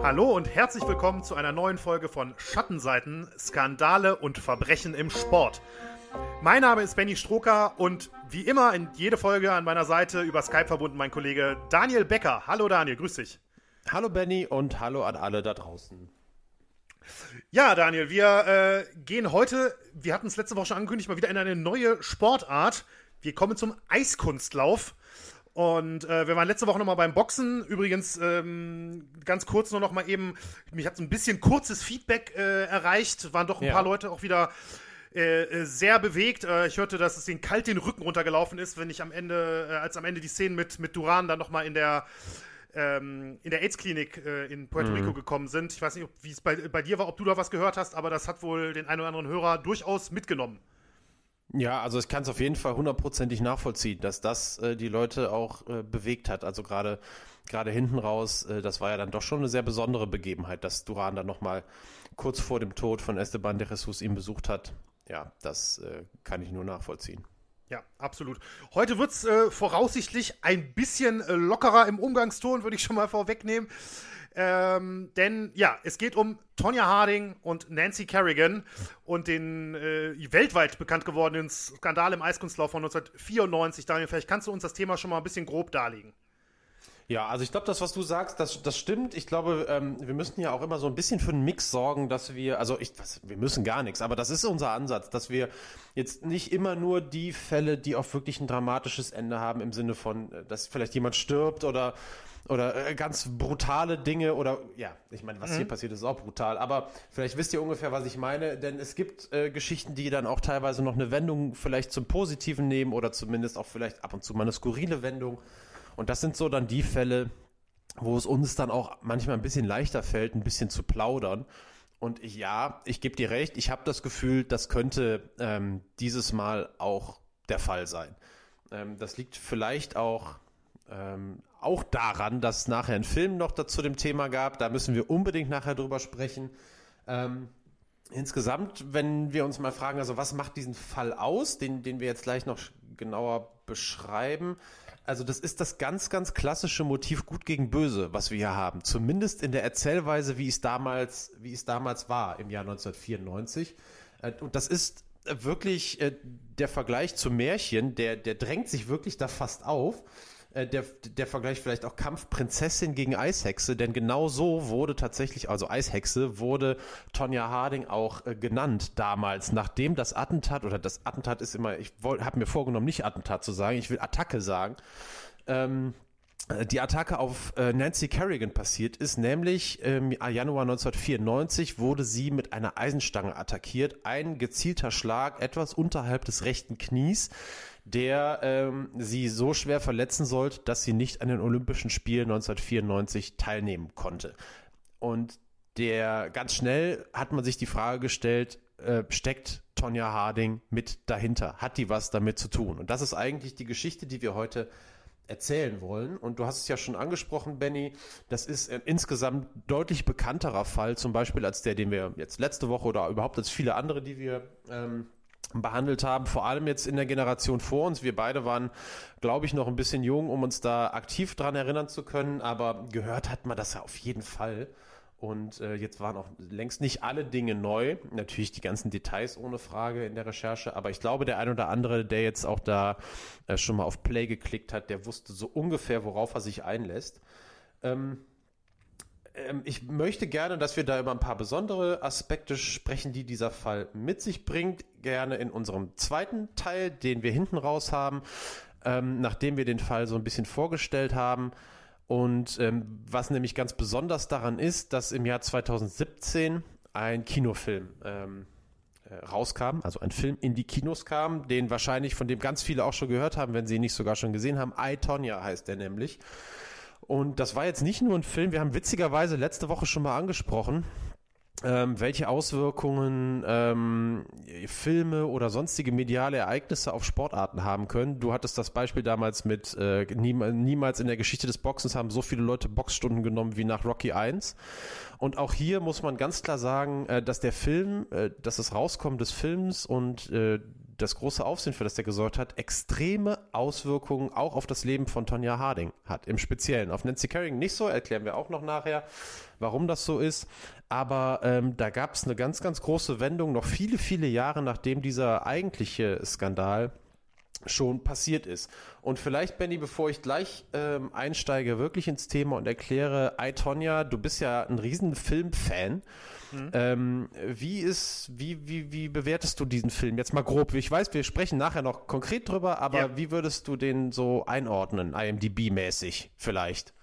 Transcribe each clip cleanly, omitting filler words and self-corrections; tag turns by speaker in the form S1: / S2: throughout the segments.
S1: Hallo und herzlich willkommen zu einer neuen Folge von Schattenseiten, Skandale und Verbrechen im Sport. Mein Name ist Benny Stroker und wie immer in jede Folge an meiner Seite über Skype verbunden mein Kollege Daniel Becker. Hallo Daniel, grüß dich.
S2: Hallo Benny und hallo an alle da draußen.
S1: Ja, Daniel, wir gehen heute, wir hatten es letzte Woche schon angekündigt, mal wieder in eine neue Sportart. Wir kommen zum Eiskunstlauf. Und wir waren letzte Woche nochmal beim Boxen. Übrigens, ganz kurz nur noch mal eben, mich hat so ein bisschen kurzes Feedback erreicht. Waren doch ein paar Leute auch wieder sehr bewegt. Ich hörte, dass es denen kalt den Rücken runtergelaufen ist, wenn ich am Ende die Szenen mit Duran dann nochmal in der AIDS-Klinik in Puerto Rico gekommen sind. Ich weiß nicht, wie es bei dir war, ob du da was gehört hast, aber das hat wohl den einen oder anderen Hörer durchaus mitgenommen.
S2: Ja, also ich kann es auf jeden Fall hundertprozentig nachvollziehen, dass das die Leute auch bewegt hat. Also gerade hinten raus, das war ja dann doch schon eine sehr besondere Begebenheit, dass Duran dann nochmal kurz vor dem Tod von Esteban de Jesus ihn besucht hat. Ja, das kann ich nur nachvollziehen.
S1: Ja, absolut. Heute wird es voraussichtlich ein bisschen lockerer im Umgangston, würde ich schon mal vorwegnehmen. Denn ja, es geht um Tonya Harding und Nancy Kerrigan und den weltweit bekannt gewordenen Skandal im Eiskunstlauf von 1994. Daniel, vielleicht kannst du uns das Thema schon mal ein bisschen grob darlegen.
S2: Ja, also ich glaube, das, was du sagst, das stimmt. Ich glaube, wir müssen ja auch immer so ein bisschen für einen Mix sorgen, dass wir müssen gar nichts, aber das ist unser Ansatz, dass wir jetzt nicht immer nur die Fälle, die auch wirklich ein dramatisches Ende haben, im Sinne von, dass vielleicht jemand stirbt oder ganz brutale Dinge oder, ja, ich meine, was hier passiert, ist auch brutal, aber vielleicht wisst ihr ungefähr, was ich meine, denn es gibt Geschichten, die dann auch teilweise noch eine Wendung vielleicht zum Positiven nehmen oder zumindest auch vielleicht ab und zu mal eine skurrile Wendung. Und das sind so dann die Fälle, wo es uns dann auch manchmal ein bisschen leichter fällt, ein bisschen zu plaudern. Und ich gebe dir recht, ich habe das Gefühl, das könnte dieses Mal auch der Fall sein. Das liegt vielleicht auch daran, dass es nachher einen Film noch dazu dem Thema gab. Da müssen wir unbedingt nachher drüber sprechen. Insgesamt, wenn wir uns mal fragen, also was macht diesen Fall aus, den wir jetzt gleich noch genauer beschreiben. Also das ist das ganz, ganz klassische Motiv Gut gegen Böse, was wir hier haben. Zumindest in der Erzählweise, wie es damals war, im Jahr 1994. Und das ist wirklich der Vergleich zum Märchen, der drängt sich wirklich da fast auf. Der Vergleich vielleicht auch Kampfprinzessin gegen Eishexe, denn genau so wurde tatsächlich, also Eishexe, wurde Tonya Harding auch genannt damals, nachdem das Attentat ist immer, habe mir vorgenommen, nicht Attentat zu sagen, ich will Attacke sagen, die Attacke auf Nancy Kerrigan passiert ist, nämlich im Januar 1994 wurde sie mit einer Eisenstange attackiert, ein gezielter Schlag etwas unterhalb des rechten Knies, der sie so schwer verletzen sollte, dass sie nicht an den Olympischen Spielen 1994 teilnehmen konnte. Und ganz schnell hat man sich die Frage gestellt, steckt Tonya Harding mit dahinter? Hat die was damit zu tun? Und das ist eigentlich die Geschichte, die wir heute erzählen wollen. Und du hast es ja schon angesprochen, Benny, das ist ein insgesamt deutlich bekannterer Fall, zum Beispiel als der, den wir jetzt letzte Woche oder überhaupt als viele andere, die wir behandelt haben, vor allem jetzt in der Generation vor uns. Wir beide waren, glaube ich, noch ein bisschen jung, um uns da aktiv dran erinnern zu können, aber gehört hat man das ja auf jeden Fall. Und jetzt waren auch längst nicht alle Dinge neu. Natürlich die ganzen Details ohne Frage in der Recherche, aber ich glaube, der ein oder andere, der jetzt auch da schon mal auf Play geklickt hat, der wusste so ungefähr, worauf er sich einlässt. Ich möchte gerne, dass wir da über ein paar besondere Aspekte sprechen, die dieser Fall mit sich bringt. Gerne in unserem zweiten Teil, den wir hinten raus haben, nachdem wir den Fall so ein bisschen vorgestellt haben. Und was nämlich ganz besonders daran ist, dass im Jahr 2017 ein Kinofilm rauskam, also ein Film in die Kinos kam, von dem ganz viele auch schon gehört haben, wenn sie ihn nicht sogar schon gesehen haben. I, Tonya heißt der nämlich. Und das war jetzt nicht nur ein Film, wir haben witzigerweise letzte Woche schon mal angesprochen, welche Auswirkungen Filme oder sonstige mediale Ereignisse auf Sportarten haben können. Du hattest das Beispiel damals mit niemals in der Geschichte des Boxens haben so viele Leute Boxstunden genommen wie nach Rocky 1. Und auch hier muss man ganz klar sagen, dass der Film, dass das Rauskommen des Films und das große Aufsehen, für das der gesorgt hat, extreme Auswirkungen auch auf das Leben von Tonya Harding hat, im Speziellen. Auf Nancy Kerrigan nicht so, erklären wir auch noch nachher, warum das so ist. Aber da gab es eine ganz, ganz große Wendung, noch viele, viele Jahre nachdem dieser eigentliche Skandal schon passiert ist. Und vielleicht, Benny, bevor ich gleich einsteige wirklich ins Thema und erkläre, I, Tonya, du bist ja ein riesen Filmfan. Wie bewertest du diesen Film? Jetzt mal grob. Ich weiß, wir sprechen nachher noch konkret drüber, aber wie würdest du den so einordnen, IMDb-mäßig vielleicht?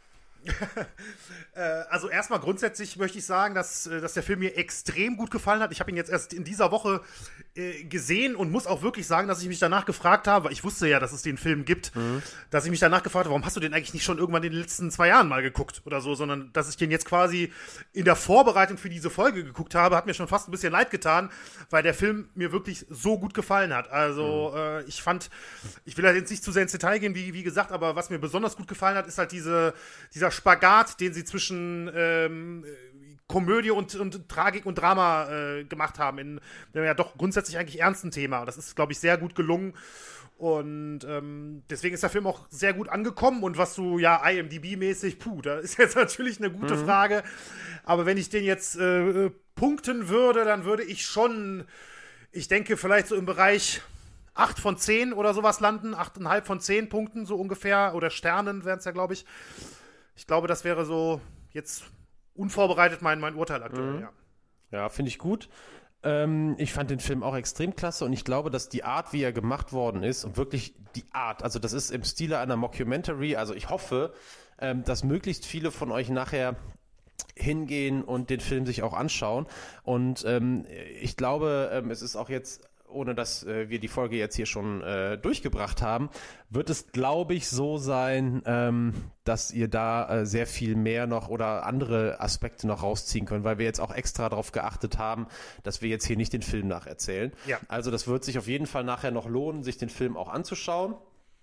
S1: Also erstmal grundsätzlich möchte ich sagen, dass der Film mir extrem gut gefallen hat. Ich habe ihn jetzt erst in dieser Woche gesehen und muss auch wirklich sagen, dass ich mich danach gefragt habe, weil ich wusste ja, dass es den Film gibt, dass ich mich danach gefragt habe, warum hast du den eigentlich nicht schon irgendwann in den letzten 2 Jahren mal geguckt oder so, sondern dass ich den jetzt quasi in der Vorbereitung für diese Folge geguckt habe, hat mir schon fast ein bisschen leid getan, weil der Film mir wirklich so gut gefallen hat. Also ich will halt jetzt nicht zu sehr ins Detail gehen, wie gesagt, aber was mir besonders gut gefallen hat, ist halt dieser Spagat, den sie zwischen Komödie und Tragik und Drama gemacht haben, in einem ja doch grundsätzlich eigentlich ernsten Thema. Das ist, glaube ich, sehr gut gelungen. Und deswegen ist der Film auch sehr gut angekommen. Und was du ja IMDb-mäßig, da ist jetzt natürlich eine gute Frage. Aber wenn ich den jetzt punkten würde, dann würde ich schon, ich denke, vielleicht so im Bereich 8 von 10 oder sowas landen. 8,5 von 10 Punkten so ungefähr. Oder Sternen wären es ja, glaube ich. Ich glaube, das wäre so jetzt unvorbereitet mein Urteil aktuell, ja.
S2: Ja, finde ich gut. Ich fand den Film auch extrem klasse und ich glaube, dass die Art, wie er gemacht worden ist und wirklich die Art, also das ist im Stile einer Mockumentary, also ich hoffe, dass möglichst viele von euch nachher hingehen und den Film sich auch anschauen und ich glaube, es ist auch jetzt, ohne dass wir die Folge jetzt hier schon durchgebracht haben, wird es, glaube ich, so sein, dass ihr da sehr viel mehr noch oder andere Aspekte noch rausziehen könnt, weil wir jetzt auch extra darauf geachtet haben, dass wir jetzt hier nicht den Film nacherzählen. Ja. Also das wird sich auf jeden Fall nachher noch lohnen, sich den Film auch anzuschauen.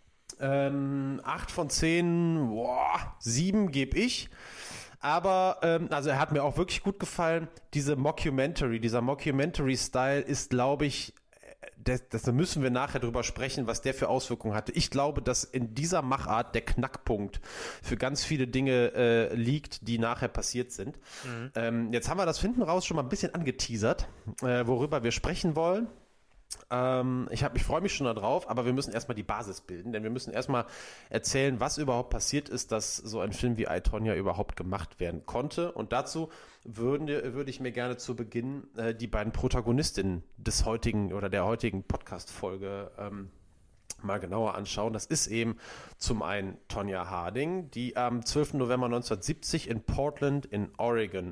S2: 8 von 10, 7 gebe ich. Aber, also er hat mir auch wirklich gut gefallen. Dieser Mockumentary-Style ist, glaube ich, da müssen wir nachher drüber sprechen, was der für Auswirkungen hatte. Ich glaube, dass in dieser Machart der Knackpunkt für ganz viele Dinge liegt, die nachher passiert sind. Jetzt haben wir das hinten raus schon mal ein bisschen angeteasert, worüber wir sprechen wollen. Ich freue mich schon darauf, aber wir müssen erstmal die Basis bilden, denn wir müssen erstmal erzählen, was überhaupt passiert ist, dass so ein Film wie I, Tonya überhaupt gemacht werden konnte. Und dazu würde ich mir gerne zu Beginn die beiden Protagonistinnen der heutigen Podcast-Folge mal genauer anschauen. Das ist eben zum einen Tonya Harding, die am 12. November 1970 in Portland in Oregon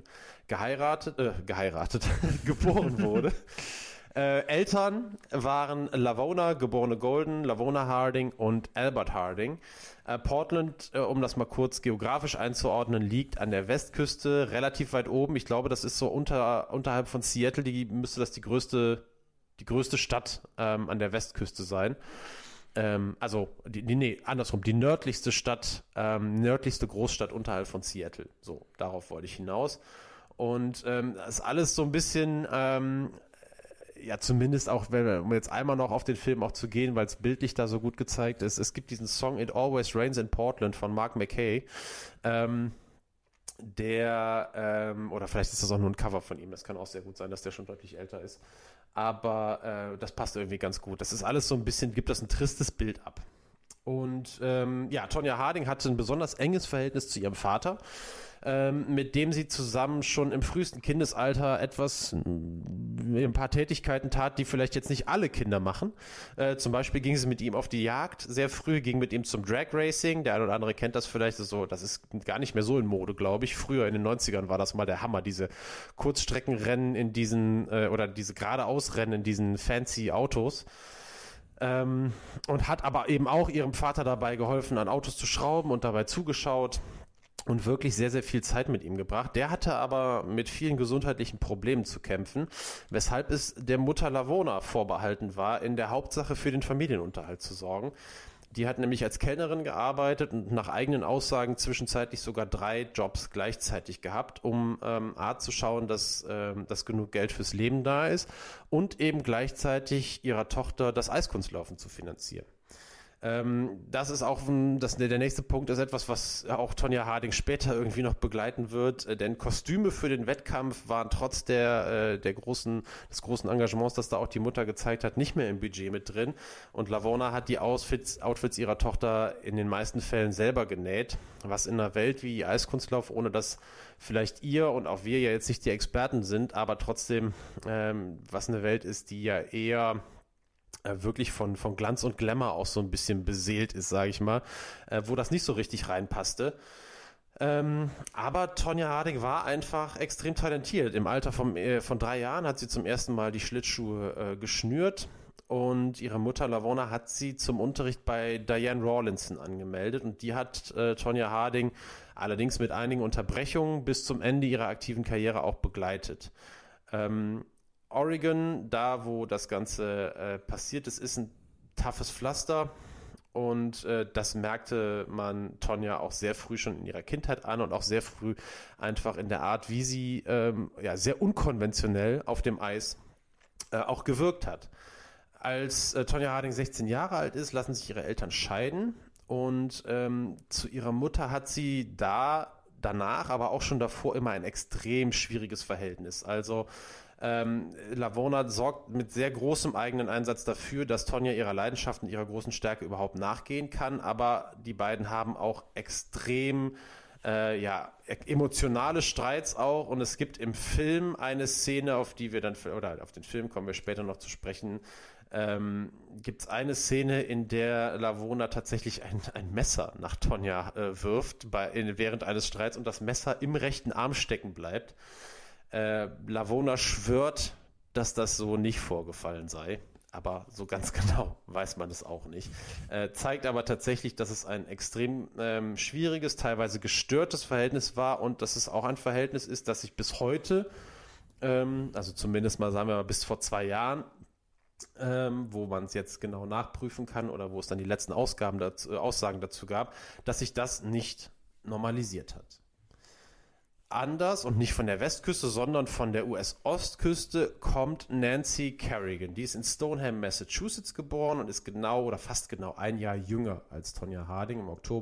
S2: geboren wurde. Eltern waren Lavona, geborene Golden, Lavona Harding und Albert Harding. Portland, um das mal kurz geografisch einzuordnen, liegt an der Westküste, relativ weit oben. Ich glaube, das ist so unterhalb von Seattle, müsste das die größte Stadt an der Westküste sein. Andersrum, die nördlichste Stadt, nördlichste Großstadt unterhalb von Seattle. So, darauf wollte ich hinaus. Und das ist alles so ein bisschen zumindest auch, um jetzt einmal noch auf den Film auch zu gehen, weil es bildlich da so gut gezeigt ist. Es gibt diesen Song It Always Rains in Portland von Mark McKay, oder vielleicht ist das auch nur ein Cover von ihm, das kann auch sehr gut sein, dass der schon deutlich älter ist, aber das passt irgendwie ganz gut. Das ist alles so ein bisschen, gibt das ein tristes Bild ab. Und Tonya Harding hatte ein besonders enges Verhältnis zu ihrem Vater, mit dem sie zusammen schon im frühesten Kindesalter ein paar Tätigkeiten tat, die vielleicht jetzt nicht alle Kinder machen. Zum Beispiel ging sie mit ihm auf die Jagd sehr früh, ging mit ihm zum Drag Racing. Der eine oder andere kennt das vielleicht so, das ist gar nicht mehr so in Mode, glaube ich. Früher in den 90ern war das mal der Hammer, diese Kurzstreckenrennen in diesen, oder diese Geradeausrennen in diesen fancy Autos. Und hat aber eben auch ihrem Vater dabei geholfen, an Autos zu schrauben und dabei zugeschaut und wirklich sehr, sehr viel Zeit mit ihm gebracht. Der hatte aber mit vielen gesundheitlichen Problemen zu kämpfen, weshalb es der Mutter Lavona vorbehalten war, in der Hauptsache für den Familienunterhalt zu sorgen. Die hat nämlich als Kellnerin gearbeitet und nach eigenen Aussagen zwischenzeitlich sogar 3 Jobs gleichzeitig gehabt, um zu schauen, dass genug Geld fürs Leben da ist und eben gleichzeitig ihrer Tochter das Eiskunstlaufen zu finanzieren. Das ist auch der nächste Punkt ist etwas, was auch Tonya Harding später irgendwie noch begleiten wird, denn Kostüme für den Wettkampf waren trotz des großen Engagements, das da auch die Mutter gezeigt hat, nicht mehr im Budget mit drin und Lavona hat die Outfits ihrer Tochter in den meisten Fällen selber genäht, was in einer Welt wie Eiskunstlauf, ohne dass vielleicht ihr und auch wir ja jetzt nicht die Experten sind, aber trotzdem was eine Welt ist, die ja eher wirklich von Glanz und Glamour auch so ein bisschen beseelt ist, sage ich mal, wo das nicht so richtig reinpasste. Aber Tonya Harding war einfach extrem talentiert. Im Alter von 3 Jahren hat sie zum ersten Mal die Schlittschuhe geschnürt und ihre Mutter Lavona hat sie zum Unterricht bei Diane Rawlinson angemeldet und die hat Tonya Harding allerdings mit einigen Unterbrechungen bis zum Ende ihrer aktiven Karriere auch begleitet. Oregon, da wo das Ganze passiert ist ein toughes Pflaster und das merkte man Tonya auch sehr früh schon in ihrer Kindheit an und auch sehr früh einfach in der Art, wie sie sehr unkonventionell auf dem Eis auch gewirkt hat. Als Tonya Harding 16 Jahre alt ist, lassen sich ihre Eltern scheiden und zu ihrer Mutter hat sie danach, aber auch schon davor immer ein extrem schwieriges Verhältnis. Also Lavona sorgt mit sehr großem eigenen Einsatz dafür, dass Tonya ihrer Leidenschaft und ihrer großen Stärke überhaupt nachgehen kann, aber die beiden haben auch extrem emotionale Streits auch und es gibt im Film eine Szene, auf den Film kommen wir später noch zu sprechen, gibt es eine Szene, in der Lavona tatsächlich ein Messer nach Tonya wirft während eines Streits und das Messer im rechten Arm stecken bleibt. Lavona schwört, dass das so nicht vorgefallen sei, aber so ganz genau weiß man es auch nicht. Zeigt aber tatsächlich, dass es ein extrem schwieriges, teilweise gestörtes Verhältnis war und dass es auch ein Verhältnis ist, das sich bis heute, also zumindest mal sagen wir mal bis vor 2 Jahren, wo man es jetzt genau nachprüfen kann oder wo es dann die letzten Aussagen dazu gab, dass sich das nicht normalisiert hat. Anders und nicht von der Westküste, sondern von der US-Ostküste kommt Nancy Kerrigan. Die ist in Stoneham, Massachusetts geboren und ist fast genau 1 Jahr jünger als Tonya Harding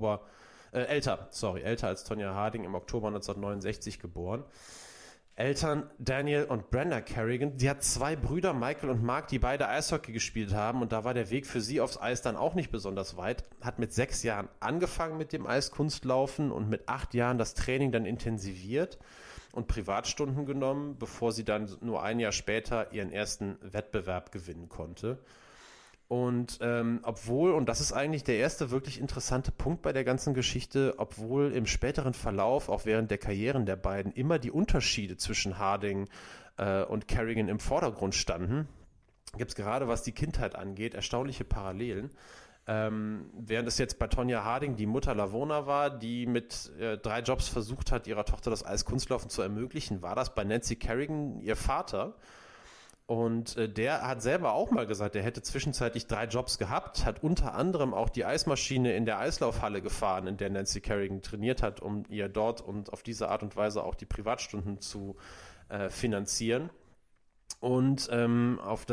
S2: älter als Tonya Harding im Oktober 1969 geboren. Eltern Daniel und Brenda Kerrigan. Sie hat 2 Brüder, Michael und Mark, die beide Eishockey gespielt haben und da war der Weg für sie aufs Eis dann auch nicht besonders weit. Hat mit 6 Jahren angefangen mit dem Eiskunstlaufen und mit 8 Jahren das Training dann intensiviert und Privatstunden genommen, bevor sie dann nur 1 Jahr später ihren ersten Wettbewerb gewinnen konnte. Und und das ist eigentlich der erste wirklich interessante Punkt bei der ganzen Geschichte, obwohl im späteren Verlauf, auch während der Karrieren der beiden, immer die Unterschiede zwischen Harding und Kerrigan im Vordergrund standen, gibt es gerade, was die Kindheit angeht, erstaunliche Parallelen. Während es jetzt bei Tonya Harding die Mutter Lavona war, die mit 3 Jobs versucht hat, ihrer Tochter das Eiskunstlaufen zu ermöglichen, war das bei Nancy Kerrigan ihr Vater. Und der hat selber auch mal gesagt, er hätte zwischenzeitlich 3 Jobs gehabt, hat unter anderem auch die Eismaschine in der Eislaufhalle gefahren, in der Nancy Kerrigan trainiert hat, um ihr dort und auf diese Art und Weise auch die Privatstunden zu finanzieren. Und bei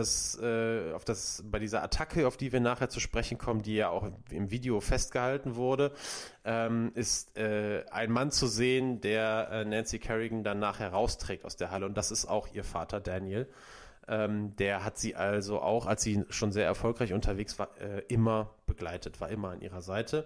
S2: dieser Attacke, auf die wir nachher zu sprechen kommen, die ja auch im Video festgehalten wurde, ist ein Mann zu sehen, der Nancy Kerrigan dann nachher rausträgt aus der Halle. Und das ist auch ihr Vater Daniel. Der hat sie also auch, als sie schon sehr erfolgreich unterwegs war, immer begleitet, war immer an ihrer Seite.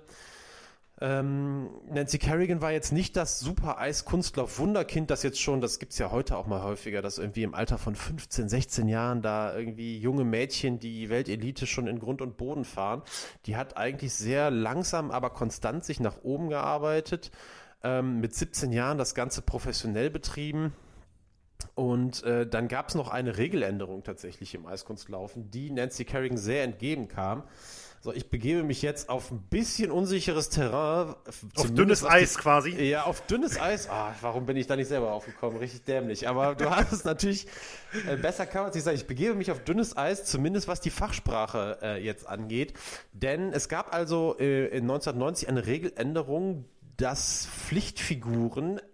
S2: Nancy Kerrigan war jetzt nicht das super Eiskunstlauf-Wunderkind, das gibt es ja heute auch mal häufiger, dass irgendwie im Alter von 15, 16 Jahren da irgendwie junge Mädchen die Weltelite schon in Grund und Boden fahren. Die hat eigentlich sehr langsam, aber konstant sich nach oben gearbeitet, mit 17 Jahren das Ganze professionell betrieben. Und dann gab es noch eine Regeländerung tatsächlich im Eiskunstlaufen, die Nancy Kerrigan sehr entgegenkam. So, ich begebe mich jetzt auf ein bisschen unsicheres Terrain.
S1: Auf dünnes Eis quasi.
S2: Ja, auf dünnes Eis. Warum bin ich da nicht selber aufgekommen? Richtig dämlich. Aber du hast es natürlich, besser kann man es nicht sagen. Ich begebe mich auf dünnes Eis, zumindest was die Fachsprache jetzt angeht. Denn es gab also in 1990 eine Regeländerung, dass Pflichtfiguren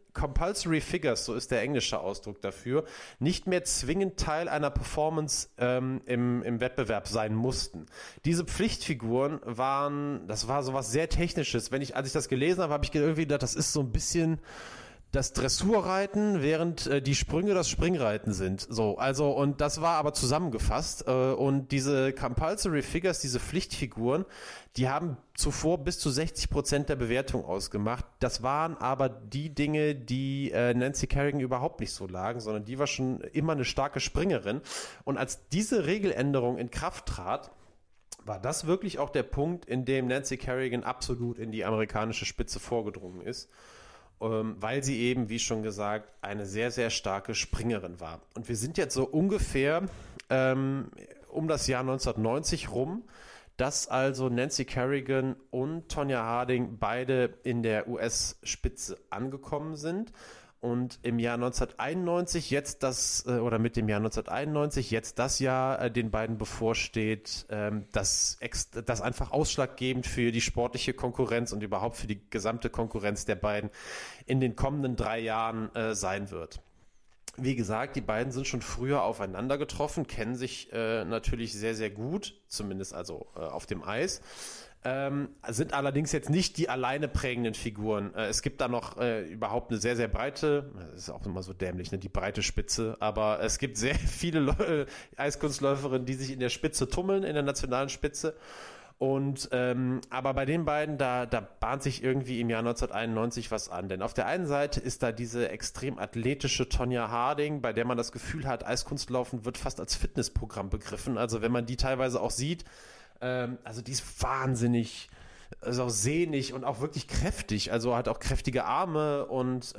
S2: Compulsory Figures, so ist der englische Ausdruck dafür, nicht mehr zwingend Teil einer Performance im Wettbewerb sein mussten. Diese Pflichtfiguren das war sowas sehr Technisches. Als ich das gelesen habe, habe ich irgendwie gedacht, das ist so ein bisschen das Dressurreiten, während die Sprünge das Springreiten sind. So, also, und das war aber zusammengefasst. Und diese Compulsory Figures, diese Pflichtfiguren, die haben zuvor bis zu 60% der Bewertung ausgemacht. Das waren aber die Dinge, die Nancy Kerrigan überhaupt nicht so lagen, sondern die war schon immer eine starke Springerin. Und als diese Regeländerung in Kraft trat, war das wirklich auch der Punkt, in dem Nancy Kerrigan absolut in die amerikanische Spitze vorgedrungen ist. Weil sie eben, wie schon gesagt, eine sehr, sehr starke Springerin war. Und wir sind jetzt so ungefähr um das Jahr 1990 rum, dass also Nancy Kerrigan und Tonya Harding beide in der US-Spitze angekommen sind. Und im Jahr 1991, mit dem Jahr 1991, jetzt das Jahr den beiden bevorsteht, das einfach ausschlaggebend für die sportliche Konkurrenz und überhaupt für die gesamte Konkurrenz der beiden in den kommenden 3 Jahren sein wird. Wie gesagt, die beiden sind schon früher aufeinander getroffen, kennen sich natürlich sehr, sehr gut, zumindest also auf dem Eis. Sind allerdings jetzt nicht die alleine prägenden Figuren. Es gibt da noch überhaupt eine sehr, sehr breite, das ist auch immer so dämlich, ne, die breite Spitze, aber es gibt sehr viele Eiskunstläuferinnen, die sich in der Spitze tummeln, in der nationalen Spitze. Und aber bei den beiden, da bahnt sich irgendwie im Jahr 1991 was an. Denn auf der einen Seite ist da diese extrem athletische Tonya Harding, bei der man das Gefühl hat, Eiskunstlaufen wird fast als Fitnessprogramm begriffen. Also wenn man die teilweise auch sieht, also die ist wahnsinnig, also auch sehnig und auch wirklich kräftig, also hat auch kräftige Arme und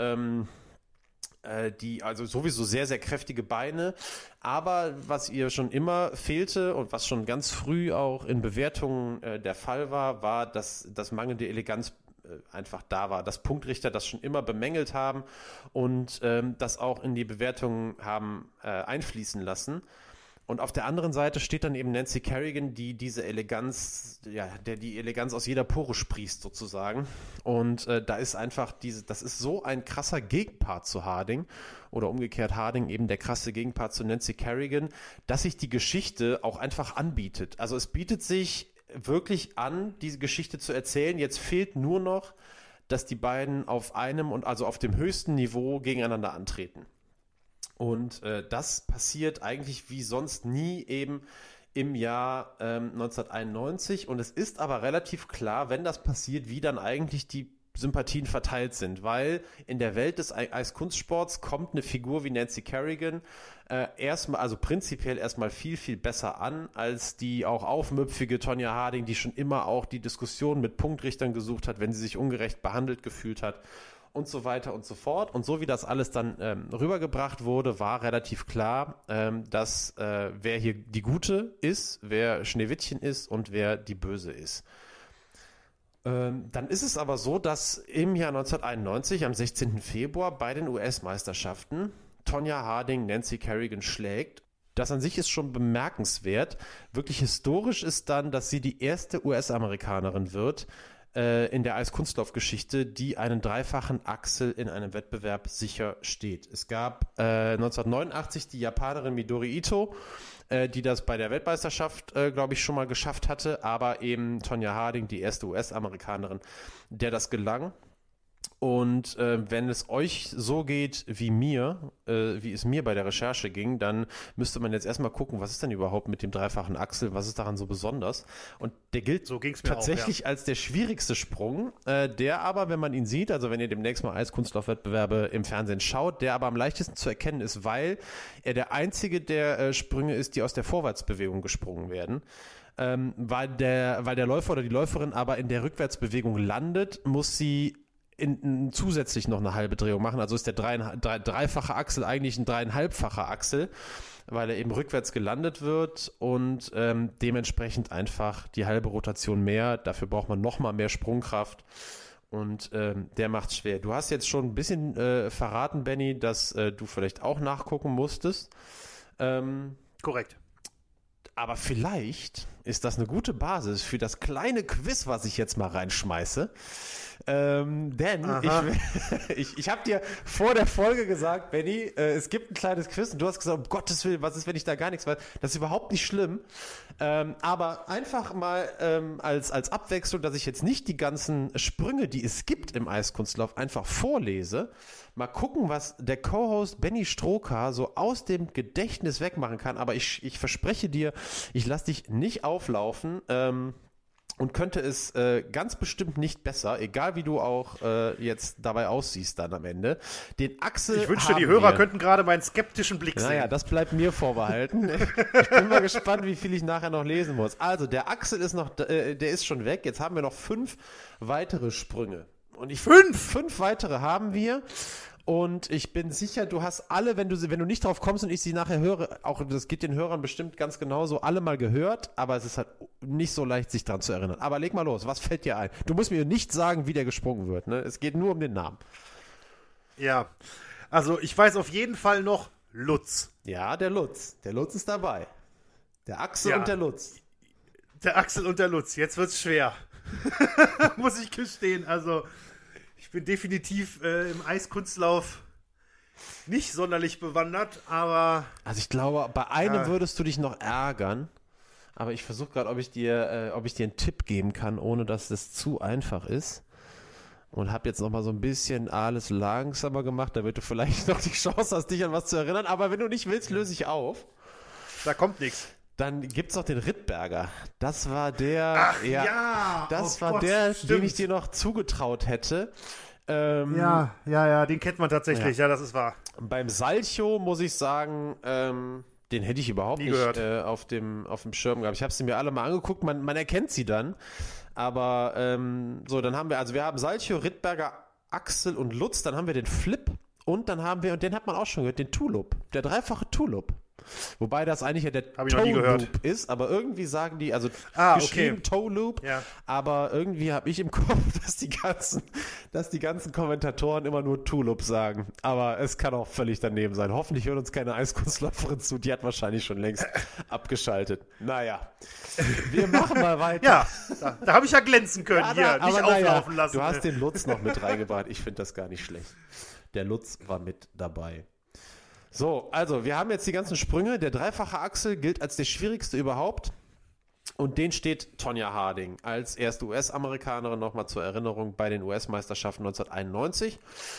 S2: die also sowieso sehr, sehr kräftige Beine. Aber was ihr schon immer fehlte und was schon ganz früh auch in Bewertungen der Fall war, dass das mangelnde Eleganz einfach da war, dass Punktrichter das schon immer bemängelt haben und das auch in die Bewertungen haben einfließen lassen. Und auf der anderen Seite steht dann eben Nancy Kerrigan, die diese Eleganz, der die Eleganz aus jeder Pore sprießt sozusagen. Und da ist einfach das ist so ein krasser Gegenpart zu Harding oder umgekehrt Harding eben der krasse Gegenpart zu Nancy Kerrigan, dass sich die Geschichte auch einfach anbietet. Also es bietet sich wirklich an, diese Geschichte zu erzählen. Jetzt fehlt nur noch, dass die beiden auf einem und also auf dem höchsten Niveau gegeneinander antreten. Und das passiert eigentlich wie sonst nie eben im Jahr 1991. Und es ist aber relativ klar, wenn das passiert, wie dann eigentlich die Sympathien verteilt sind. Weil in der Welt des Eiskunstsports kommt eine Figur wie Nancy Kerrigan prinzipiell erstmal viel, viel besser an als die auch aufmüpfige Tonya Harding, die schon immer auch die Diskussion mit Punktrichtern gesucht hat, wenn sie sich ungerecht behandelt gefühlt hat. Und so weiter und so fort. Und so wie das alles dann rübergebracht wurde, war relativ klar, dass wer hier die Gute ist, wer Schneewittchen ist und wer die Böse ist. Dann ist es aber so, dass im Jahr 1991, am 16. Februar, bei den US-Meisterschaften Tonya Harding Nancy Kerrigan schlägt. Das an sich ist schon bemerkenswert. Wirklich historisch ist dann, dass sie die erste US-Amerikanerin wird, in der Eiskunstlaufgeschichte, die einen dreifachen Axel in einem Wettbewerb sicher steht. Es gab 1989 die Japanerin Midori Ito, die das bei der Weltmeisterschaft, glaube ich, schon mal geschafft hatte, aber eben Tonya Harding, die erste US-Amerikanerin, der das gelang. Und wenn es euch so geht wie es mir bei der Recherche ging, dann müsste man jetzt erstmal gucken, was ist denn überhaupt mit dem dreifachen Axel, was ist daran so besonders? Und der gilt
S1: so ging's mir
S2: tatsächlich
S1: auch,
S2: als der schwierigste Sprung, der aber, wenn man ihn sieht, also wenn ihr demnächst mal Eiskunstlaufwettbewerbe im Fernsehen schaut, der aber am leichtesten zu erkennen ist, weil er der einzige der Sprünge ist, die aus der Vorwärtsbewegung gesprungen werden. Weil der Läufer oder die Läuferin aber in der Rückwärtsbewegung landet, muss sie zusätzlich noch eine halbe Drehung machen. Also ist der dreifache Axel eigentlich ein 3,5-facher Axel, weil er eben rückwärts gelandet wird und dementsprechend einfach die halbe Rotation mehr. Dafür braucht man nochmal mehr Sprungkraft und der macht's schwer. Du hast jetzt schon ein bisschen verraten, Benny, dass du vielleicht auch nachgucken musstest.
S1: Korrekt.
S2: Aber vielleicht ist das eine gute Basis für das kleine Quiz, was ich jetzt mal reinschmeiße. Denn ich habe dir vor der Folge gesagt, Benny, es gibt ein kleines Quiz und du hast gesagt, um Gottes Willen, was ist, wenn ich da gar nichts weiß? Das ist überhaupt nicht schlimm. Aber einfach mal als Abwechslung, dass ich jetzt nicht die ganzen Sprünge, die es gibt im Eiskunstlauf, einfach vorlese. Mal gucken, was der Co-Host Benny Strohkar so aus dem Gedächtnis wegmachen kann. Aber ich verspreche dir, ich lasse dich nicht auflaufen. Und könnte es ganz bestimmt nicht besser, egal wie du auch jetzt dabei aussiehst dann am Ende. Den Axel
S1: Ich wünschte, die Hörer könnten gerade meinen skeptischen Blick sehen.
S2: Naja, das bleibt mir vorbehalten. Ich bin mal gespannt, wie viel ich nachher noch lesen muss. Also, der Axel ist noch, der ist schon weg. Jetzt haben wir noch 5 weitere Sprünge. Und 5 weitere haben wir. Und ich bin sicher, du hast alle, wenn du nicht drauf kommst und ich sie nachher höre, auch das geht den Hörern bestimmt ganz genauso, alle mal gehört, aber es ist halt nicht so leicht, sich dran zu erinnern. Aber leg mal los, was fällt dir ein? Du musst mir nicht sagen, wie der gesprungen wird, ne? Es geht nur um den Namen.
S1: Ja, also ich weiß auf jeden Fall noch Lutz.
S2: Ja, der Lutz. Der Lutz ist dabei. Der Axel und der Lutz.
S1: Der Axel und der Lutz. Jetzt wird's schwer. Muss ich gestehen. Also ich bin definitiv im Eiskunstlauf nicht sonderlich bewandert, aber...
S2: Also ich glaube, bei einem würdest du dich noch ärgern, aber ich versuche gerade, ob ich dir einen Tipp geben kann, ohne dass es zu einfach ist. Und habe jetzt noch mal so ein bisschen alles langsamer gemacht, damit du vielleicht noch die Chance hast, dich an was zu erinnern. Aber wenn du nicht willst, löse ich auf.
S1: Da kommt nichts.
S2: Dann gibt's noch den Rittberger. Das war der, den ich dir noch zugetraut hätte.
S1: Den kennt man tatsächlich. Ja, das ist wahr.
S2: Beim Salchow muss ich sagen, den hätte ich überhaupt nicht auf dem Schirm gehabt. Ich habe sie mir alle mal angeguckt. Man erkennt sie dann. Aber dann haben wir haben Salchow, Rittberger, Axel und Lutz. Dann haben wir den Flip und dann haben wir, und den hat man auch schon gehört, den Tulup. Der dreifache Tulup. Wobei das eigentlich ja der Toe-Loop ist, aber irgendwie sagen die, also geschrieben Toe-Loop, aber irgendwie habe ich im Kopf, dass die ganzen Kommentatoren immer nur Toe-Loop sagen. Aber es kann auch völlig daneben sein. Hoffentlich hört uns keine Eiskunstläuferin zu, die hat wahrscheinlich schon längst abgeschaltet. Naja, wir machen mal weiter.
S1: Ja, da habe ich ja glänzen können, nicht auflaufen lassen.
S2: Du hast den Lutz noch mit reingebracht, ich finde das gar nicht schlecht. Der Lutz war mit dabei. So, also wir haben jetzt die ganzen Sprünge. Der dreifache Axel gilt als der schwierigste überhaupt. Und den steht Tonya Harding als erste US-Amerikanerin, nochmal zur Erinnerung, bei den US-Meisterschaften 1991.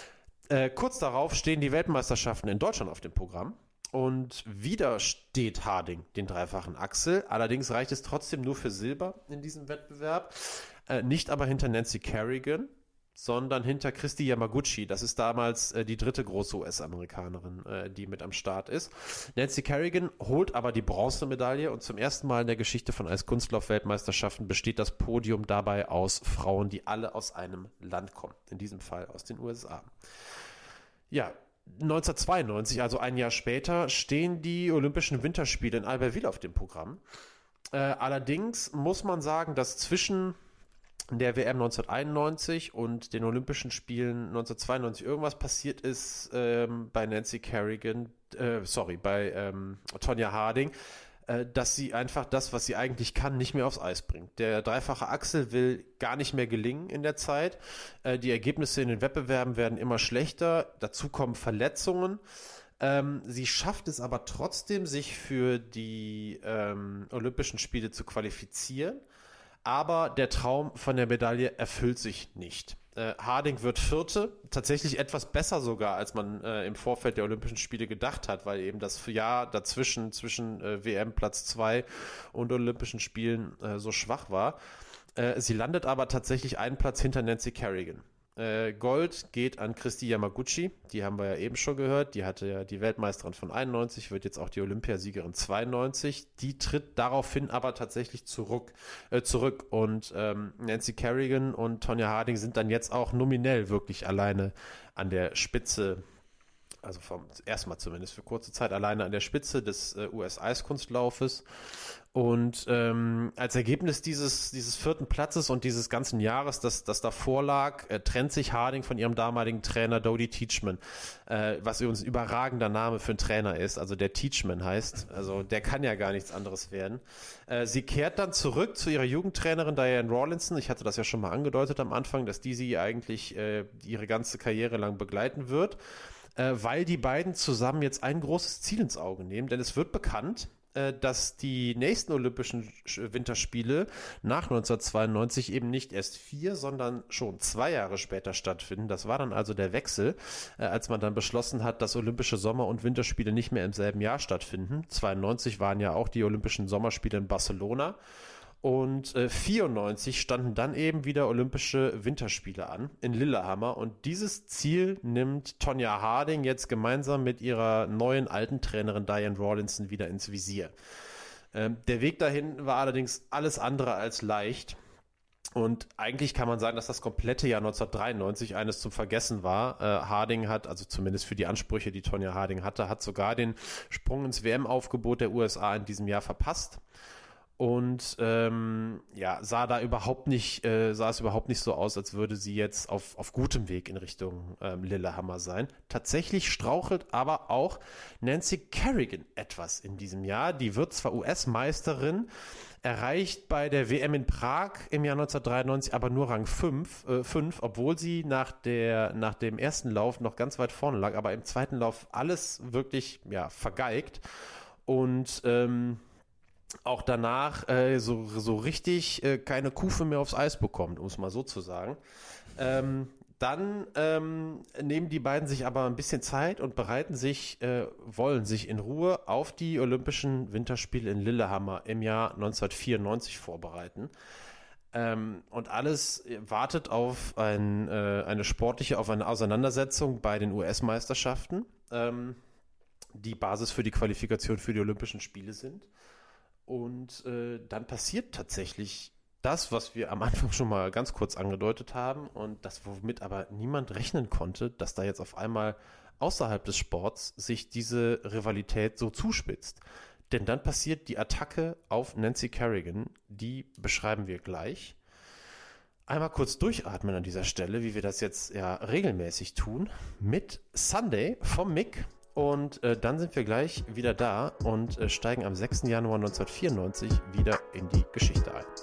S2: Kurz darauf stehen die Weltmeisterschaften in Deutschland auf dem Programm. Und wieder steht Harding den dreifachen Axel. Allerdings reicht es trotzdem nur für Silber in diesem Wettbewerb. Nicht aber hinter Nancy Kerrigan, sondern hinter Kristi Yamaguchi. Das ist damals die dritte große US-Amerikanerin, die mit am Start ist. Nancy Kerrigan holt aber die Bronzemedaille und zum ersten Mal in der Geschichte von Eiskunstlauf-Weltmeisterschaften besteht das Podium dabei aus Frauen, die alle aus einem Land kommen. In diesem Fall aus den USA. Ja, 1992, also ein Jahr später, stehen die Olympischen Winterspiele in Albertville auf dem Programm. Allerdings muss man sagen, dass zwischen der WM 1991 und den Olympischen Spielen 1992 irgendwas passiert ist bei Nancy Kerrigan, bei Tonya Harding, dass sie einfach das, was sie eigentlich kann, nicht mehr aufs Eis bringt. Der dreifache Axel will gar nicht mehr gelingen in der Zeit. Die Ergebnisse in den Wettbewerben werden immer schlechter. Dazu kommen Verletzungen. Sie schafft es aber trotzdem, sich für die Olympischen Spiele zu qualifizieren. Aber der Traum von der Medaille erfüllt sich nicht. Harding wird Vierte, tatsächlich etwas besser sogar, als man im Vorfeld der Olympischen Spiele gedacht hat, weil eben das Jahr dazwischen, zwischen WM Platz 2 und Olympischen Spielen so schwach war. Sie landet aber tatsächlich einen Platz hinter Nancy Kerrigan. Gold geht an Kristi Yamaguchi, die haben wir ja eben schon gehört, die hatte ja die Weltmeisterin von 91, wird jetzt auch die Olympiasiegerin 92, die tritt daraufhin aber tatsächlich zurück und Nancy Kerrigan und Tonya Harding sind dann jetzt auch nominell wirklich alleine an der Spitze Also erstmal zumindest für kurze Zeit alleine an der Spitze des US-Eiskunstlaufes. Und als Ergebnis dieses 4. Platzes und dieses ganzen Jahres, das davor lag, trennt sich Harding von ihrem damaligen Trainer Dodie Teachman, was übrigens ein überragender Name für einen Trainer ist, also der Teachman heißt, also der kann ja gar nichts anderes werden. Sie kehrt dann zurück zu ihrer Jugendtrainerin Diane Rawlinson. Ich hatte das ja schon mal angedeutet am Anfang, dass die sie eigentlich ihre ganze Karriere lang begleiten wird, weil die beiden zusammen jetzt ein großes Ziel ins Auge nehmen, denn es wird bekannt, dass die nächsten Olympischen Winterspiele nach 1992 eben nicht erst 4, sondern schon 2 Jahre später stattfinden. Das war dann also der Wechsel, als man dann beschlossen hat, dass Olympische Sommer- und Winterspiele nicht mehr im selben Jahr stattfinden. 92 waren ja auch die Olympischen Sommerspiele in Barcelona. Und 94 standen dann eben wieder Olympische Winterspiele an in Lillehammer. Und dieses Ziel nimmt Tonya Harding jetzt gemeinsam mit ihrer neuen alten Trainerin Diane Rawlinson wieder ins Visier. Der Weg dahin war allerdings alles andere als leicht. Und eigentlich kann man sagen, dass das komplette Jahr 1993 eines zum Vergessen war. Harding hat, also zumindest für die Ansprüche, die Tonya Harding hatte, hat sogar den Sprung ins WM-Aufgebot der USA in diesem Jahr verpasst. Und sah es überhaupt nicht so aus, als würde sie jetzt auf gutem Weg in Richtung Lillehammer sein. Tatsächlich strauchelt aber auch Nancy Kerrigan etwas in diesem Jahr. Die wird zwar US-Meisterin, erreicht bei der WM in Prag im Jahr 1993 aber nur Rang 5, obwohl sie nach dem ersten Lauf noch ganz weit vorne lag, aber im zweiten Lauf alles wirklich vergeigt. Und auch danach so richtig keine Kufe mehr aufs Eis bekommt, um es mal so zu sagen. Dann nehmen die beiden sich aber ein bisschen Zeit und wollen sich in Ruhe auf die Olympischen Winterspiele in Lillehammer im Jahr 1994 vorbereiten. Und alles wartet auf eine Auseinandersetzung bei den US-Meisterschaften, die Basis für die Qualifikation für die Olympischen Spiele sind. Und dann passiert tatsächlich das, was wir am Anfang schon mal ganz kurz angedeutet haben und das, womit aber niemand rechnen konnte, dass da jetzt auf einmal außerhalb des Sports sich diese Rivalität so zuspitzt. Denn dann passiert die Attacke auf Nancy Kerrigan, die beschreiben wir gleich. Einmal kurz durchatmen an dieser Stelle, wie wir das jetzt ja regelmäßig tun, mit Sunday vom Mick. Und dann sind wir gleich wieder da und steigen am 6. Januar 1994 wieder in die Geschichte ein.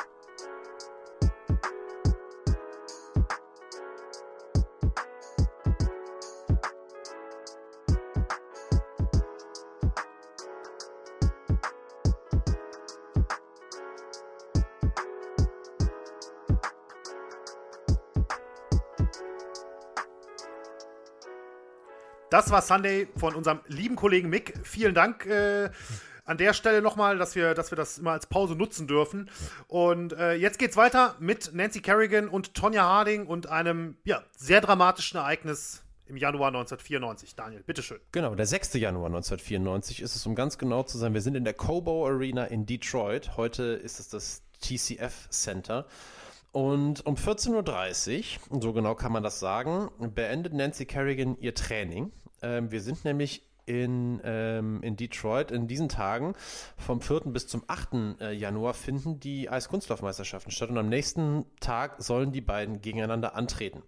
S1: Das war Sunday von unserem lieben Kollegen Mick. Vielen Dank an der Stelle nochmal, dass wir das immer als Pause nutzen dürfen. Und jetzt geht's weiter mit Nancy Kerrigan und Tonya Harding und einem sehr dramatischen Ereignis im Januar 1994. Daniel, bitteschön.
S2: Genau, der 6. Januar 1994 ist es, um ganz genau zu sein. Wir sind in der Cobo Arena in Detroit. Heute ist es das TCF Center. Und um 14.30 Uhr, so genau kann man das sagen, beendet Nancy Kerrigan ihr Training. Wir sind nämlich in Detroit in diesen Tagen. Vom 4. bis zum 8. Januar finden die Eiskunstlaufmeisterschaften statt und am nächsten Tag sollen die beiden gegeneinander antreten.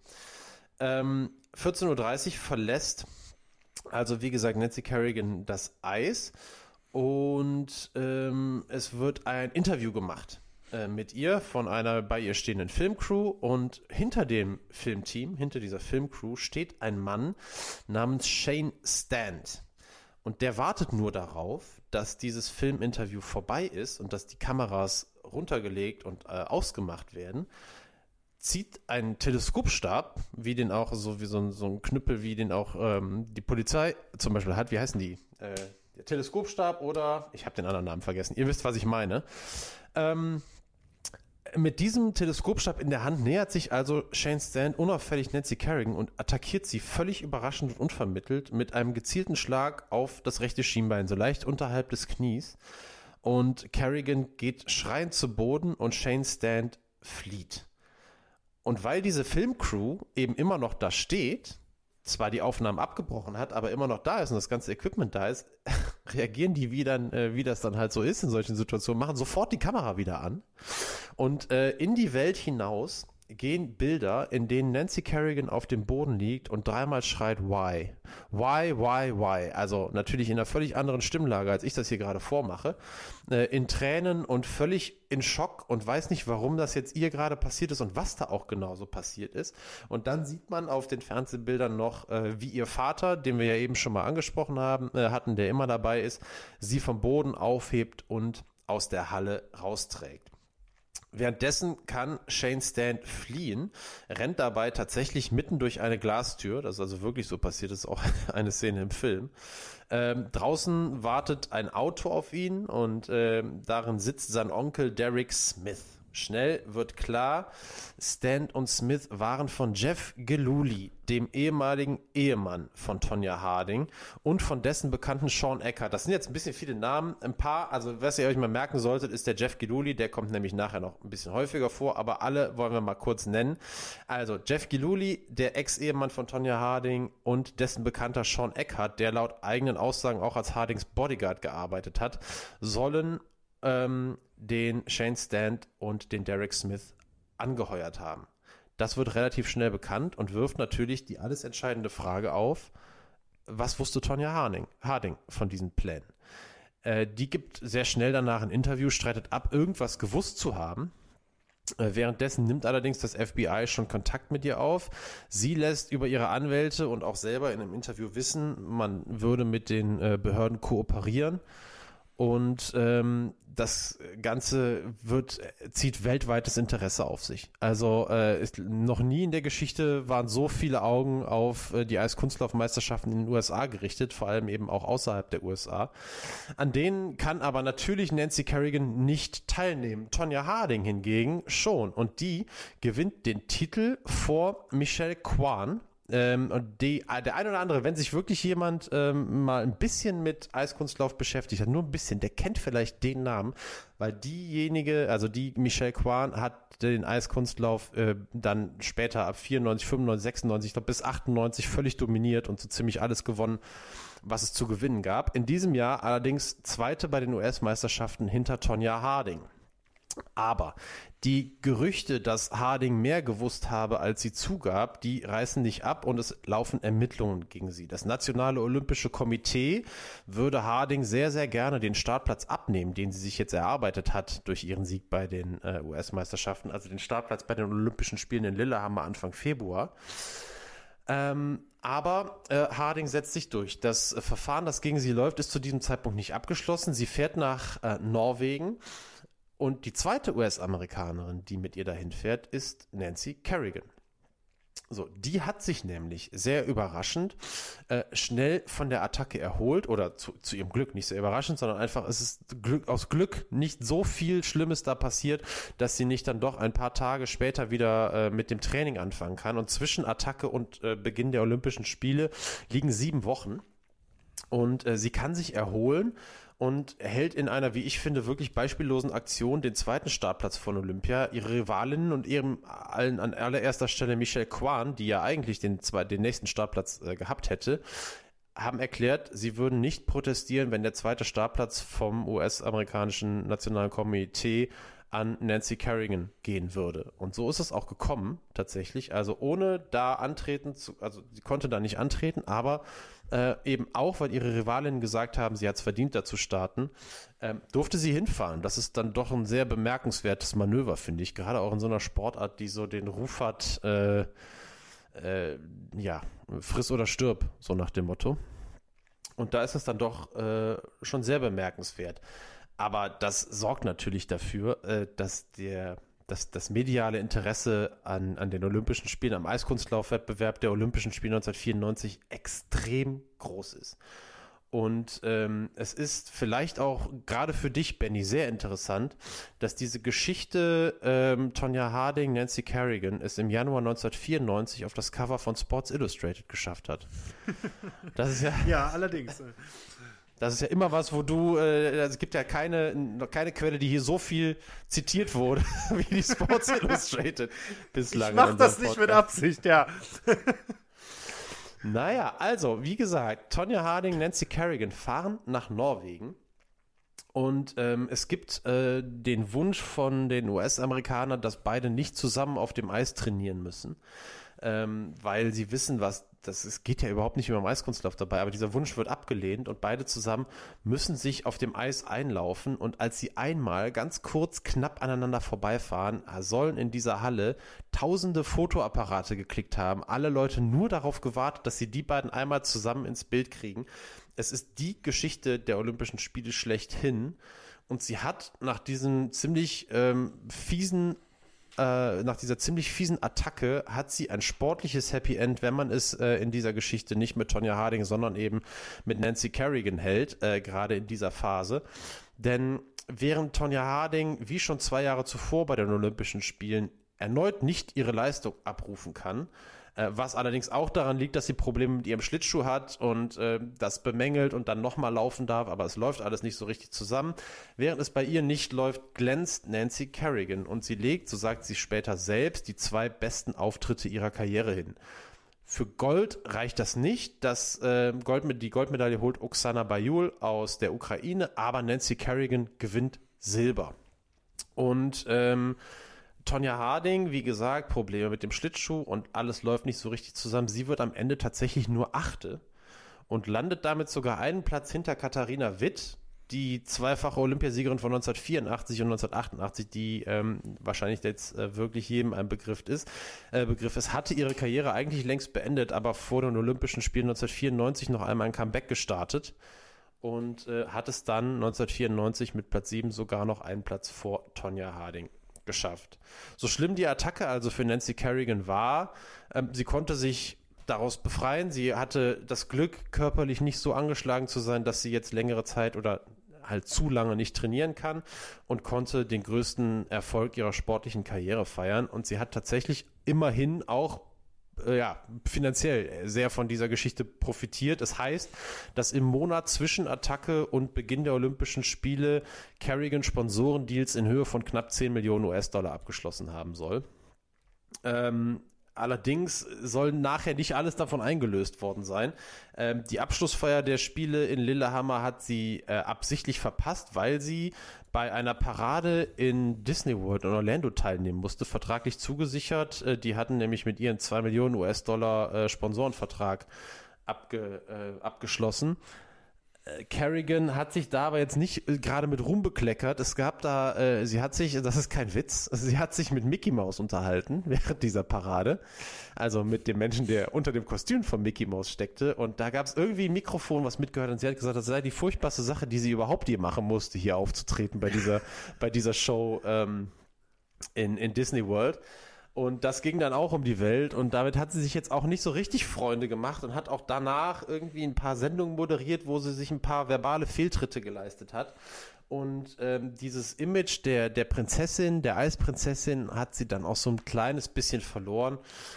S2: 14.30 Uhr verlässt also wie gesagt Nancy Kerrigan das Eis und es wird ein Interview gemacht mit ihr von einer bei ihr stehenden Filmcrew und hinter dieser Filmcrew steht ein Mann namens Shane Stant und der wartet nur darauf, dass dieses Filminterview vorbei ist und dass die Kameras runtergelegt und ausgemacht werden, zieht einen Teleskopstab, wie den auch so ein Knüppel, wie den auch die Polizei zum Beispiel hat, wie heißen die? Der Teleskopstab oder, ich habe den anderen Namen vergessen, ihr wisst, was ich meine. Mit diesem Teleskopstab in der Hand nähert sich also Shane Stant unauffällig Nancy Kerrigan und attackiert sie völlig überraschend und unvermittelt mit einem gezielten Schlag auf das rechte Schienbein, so leicht unterhalb des Knies. Und Kerrigan geht schreiend zu Boden und Shane Stant flieht. Und weil diese Filmcrew eben immer noch da steht, zwar die Aufnahmen abgebrochen hat, aber immer noch da ist und das ganze Equipment da ist, reagieren die wie das dann halt so ist in solchen Situationen, machen sofort die Kamera wieder an und in die Welt hinaus gehen Bilder, in denen Nancy Kerrigan auf dem Boden liegt und dreimal schreit, why? Why, why, why? Also natürlich in einer völlig anderen Stimmlage, als ich das hier gerade vormache, in Tränen und völlig in Schock und weiß nicht, warum das jetzt ihr gerade passiert ist und was da auch genauso passiert ist. Und dann sieht man auf den Fernsehbildern noch, wie ihr Vater, den wir ja eben schon mal angesprochen hatten, der immer dabei ist, sie vom Boden aufhebt und aus der Halle rausträgt. Währenddessen kann Shane Stant fliehen, rennt dabei tatsächlich mitten durch eine Glastür, das ist also wirklich so passiert, das ist auch eine Szene im Film. Draußen wartet ein Auto auf ihn und darin sitzt sein Onkel Derek Smith. Schnell wird klar, Stant und Smith waren von Jeff Gillooly, dem ehemaligen Ehemann von Tonya Harding und von dessen Bekannten Sean Eckhart. Das sind jetzt ein bisschen viele Namen. Ein paar, also was ihr euch mal merken solltet, ist der Jeff Gillooly, der kommt nämlich nachher noch ein bisschen häufiger vor, aber alle wollen wir mal kurz nennen. Also Jeff Gillooly, der Ex-Ehemann von Tonya Harding und dessen Bekannter Sean Eckhart, der laut eigenen Aussagen auch als Hardings Bodyguard gearbeitet hat, sollen den Shane Stant und den Derek Smith angeheuert haben. Das wird relativ schnell bekannt und wirft natürlich die alles entscheidende Frage auf, was wusste Tonya Harding von diesen Plänen? Die gibt sehr schnell danach ein Interview, streitet ab, irgendwas gewusst zu haben. Währenddessen nimmt allerdings das FBI schon Kontakt mit ihr auf. Sie lässt über ihre Anwälte und auch selber in einem Interview wissen, man würde mit den Behörden kooperieren. Und das Ganze zieht weltweites Interesse auf sich. Also noch nie in der Geschichte waren so viele Augen auf die Eiskunstlaufmeisterschaften in den USA gerichtet, vor allem eben auch außerhalb der USA. An denen kann aber natürlich Nancy Kerrigan nicht teilnehmen. Tonya Harding hingegen schon. Und die gewinnt den Titel vor Michelle Kwan. Und der ein oder andere, wenn sich wirklich jemand mal ein bisschen mit Eiskunstlauf beschäftigt hat, nur ein bisschen, der kennt vielleicht den Namen, weil die Michelle Kwan hat den Eiskunstlauf dann später ab 94, 95, 96, ich glaube bis 98 völlig dominiert und so ziemlich alles gewonnen, was es zu gewinnen gab. In diesem Jahr allerdings Zweite bei den US-Meisterschaften hinter Tonya Harding. Aber die Gerüchte, dass Harding mehr gewusst habe, als sie zugab, die reißen nicht ab und es laufen Ermittlungen gegen sie. Das Nationale Olympische Komitee würde Harding sehr, sehr gerne den Startplatz abnehmen, den sie sich jetzt erarbeitet hat durch ihren Sieg bei den US-Meisterschaften, also den Startplatz bei den Olympischen Spielen in Lillehammer Anfang Februar. Aber Harding setzt sich durch. Das Verfahren, das gegen sie läuft, ist zu diesem Zeitpunkt nicht abgeschlossen. Sie fährt nach Norwegen. Und die zweite US-Amerikanerin, die mit ihr dahin fährt, ist Nancy Kerrigan. So, die hat sich nämlich sehr überraschend schnell von der Attacke erholt oder zu ihrem Glück nicht sehr überraschend, sondern einfach es ist aus Glück nicht so viel Schlimmes da passiert, dass sie nicht dann doch ein paar Tage später wieder mit dem Training anfangen kann. Und zwischen Attacke und Beginn der Olympischen Spiele liegen 7 Wochen und sie kann sich erholen und erhält in einer, wie ich finde, wirklich beispiellosen Aktion den zweiten Startplatz von Olympia. Ihre Rivalinnen und an allererster Stelle Michelle Kwan, die ja eigentlich den nächsten Startplatz gehabt hätte, haben erklärt, sie würden nicht protestieren, wenn der zweite Startplatz vom US-amerikanischen Nationalen Komitee an Nancy Kerrigan gehen würde. Und so ist es auch gekommen, tatsächlich. Also ohne da sie konnte da nicht antreten, aber eben auch, weil ihre Rivalinnen gesagt haben, sie hat es verdient, da zu starten, durfte sie hinfahren. Das ist dann doch ein sehr bemerkenswertes Manöver, finde ich. Gerade auch in so einer Sportart, die so den Ruf hat, friss oder stirb, so nach dem Motto. Und da ist es dann doch schon sehr bemerkenswert. Aber das sorgt natürlich dafür, dass das mediale Interesse an den Olympischen Spielen, am Eiskunstlaufwettbewerb der Olympischen Spiele 1994 extrem groß ist. Und es ist vielleicht auch gerade für dich, Benny, sehr interessant, dass diese Geschichte Tonya Harding, Nancy Kerrigan es im Januar 1994 auf das Cover von Sports Illustrated geschafft hat. Das ist
S1: ja, allerdings.
S2: Das ist ja immer was, wo es gibt ja keine Quelle, die hier so viel zitiert wurde, wie die Sports Illustrated bislang.
S1: Ich mach das nicht mit Absicht, ja.
S2: Naja, also, wie gesagt, Tonya Harding, Nancy Kerrigan fahren nach Norwegen. Und es gibt den Wunsch von den US-Amerikanern, dass beide nicht zusammen auf dem Eis trainieren müssen, weil sie wissen, es geht ja überhaupt nicht über den Eiskunstlauf dabei, aber dieser Wunsch wird abgelehnt und beide zusammen müssen sich auf dem Eis einlaufen, und als sie einmal ganz kurz knapp aneinander vorbeifahren, sollen in dieser Halle tausende Fotoapparate geklickt haben, alle Leute nur darauf gewartet, dass sie die beiden einmal zusammen ins Bild kriegen. Es ist die Geschichte der Olympischen Spiele schlechthin, und sie hat nach diesem nach dieser ziemlich fiesen Attacke hat sie ein sportliches Happy End, wenn man es in dieser Geschichte nicht mit Tonya Harding, sondern eben mit Nancy Kerrigan hält, gerade in dieser Phase. Denn während Tonya Harding, wie schon 2 Jahre zuvor bei den Olympischen Spielen, erneut nicht ihre Leistung abrufen kann, was allerdings auch daran liegt, dass sie Probleme mit ihrem Schlittschuh hat und das bemängelt und dann nochmal laufen darf, aber es läuft alles nicht so richtig zusammen. Während es bei ihr nicht läuft, glänzt Nancy Kerrigan, und sie legt, so sagt sie später selbst, die 2 besten Auftritte ihrer Karriere hin. Für Gold reicht das nicht. Die Goldmedaille holt Oksana Bajul aus der Ukraine, aber Nancy Kerrigan gewinnt Silber. Und Tonya Harding, wie gesagt, Probleme mit dem Schlittschuh und alles läuft nicht so richtig zusammen. Sie wird am Ende tatsächlich nur 8. und landet damit sogar einen Platz hinter Katharina Witt, die zweifache Olympiasiegerin von 1984 und 1988, die wahrscheinlich jetzt wirklich jedem ein Begriff ist, hatte ihre Karriere eigentlich längst beendet, aber vor den Olympischen Spielen 1994 noch einmal ein Comeback gestartet und hat es dann 1994 mit Platz 7 sogar noch einen Platz vor Tonya Harding geschafft. So schlimm die Attacke also für Nancy Kerrigan war, sie konnte sich daraus befreien. Sie hatte das Glück, körperlich nicht so angeschlagen zu sein, dass sie jetzt längere Zeit oder halt zu lange nicht trainieren kann, und konnte den größten Erfolg ihrer sportlichen Karriere feiern. Und sie hat tatsächlich immerhin auch finanziell sehr von dieser Geschichte profitiert. Es heißt, dass im Monat zwischen Attacke und Beginn der Olympischen Spiele Kerrigan Sponsorendeals in Höhe von knapp 10 Millionen US-Dollar abgeschlossen haben soll. Allerdings soll nachher nicht alles davon eingelöst worden sein. Die Abschlussfeier der Spiele in Lillehammer hat sie absichtlich verpasst, weil sie bei einer Parade in Disney World in Orlando teilnehmen musste, vertraglich zugesichert. Die hatten nämlich mit ihren 2 Millionen US-Dollar Sponsorenvertrag abgeschlossen. Kerrigan hat sich da aber jetzt nicht gerade mit Ruhm bekleckert. Es gab da, das ist kein Witz, sie hat sich mit Mickey Mouse unterhalten während dieser Parade. Also mit dem Menschen, der unter dem Kostüm von Mickey Mouse steckte. Und da gab es irgendwie ein Mikrofon, was mitgehört hat. Und sie hat gesagt, das sei die furchtbarste Sache, die sie überhaupt je machen musste, hier aufzutreten bei dieser Show in Disney World. Und das ging dann auch um die Welt, und damit hat sie sich jetzt auch nicht so richtig Freunde gemacht und hat auch danach irgendwie ein paar Sendungen moderiert, wo sie sich ein paar verbale Fehltritte geleistet hat. Und dieses Image der Prinzessin, der Eisprinzessin, hat sie dann auch so ein kleines bisschen verloren.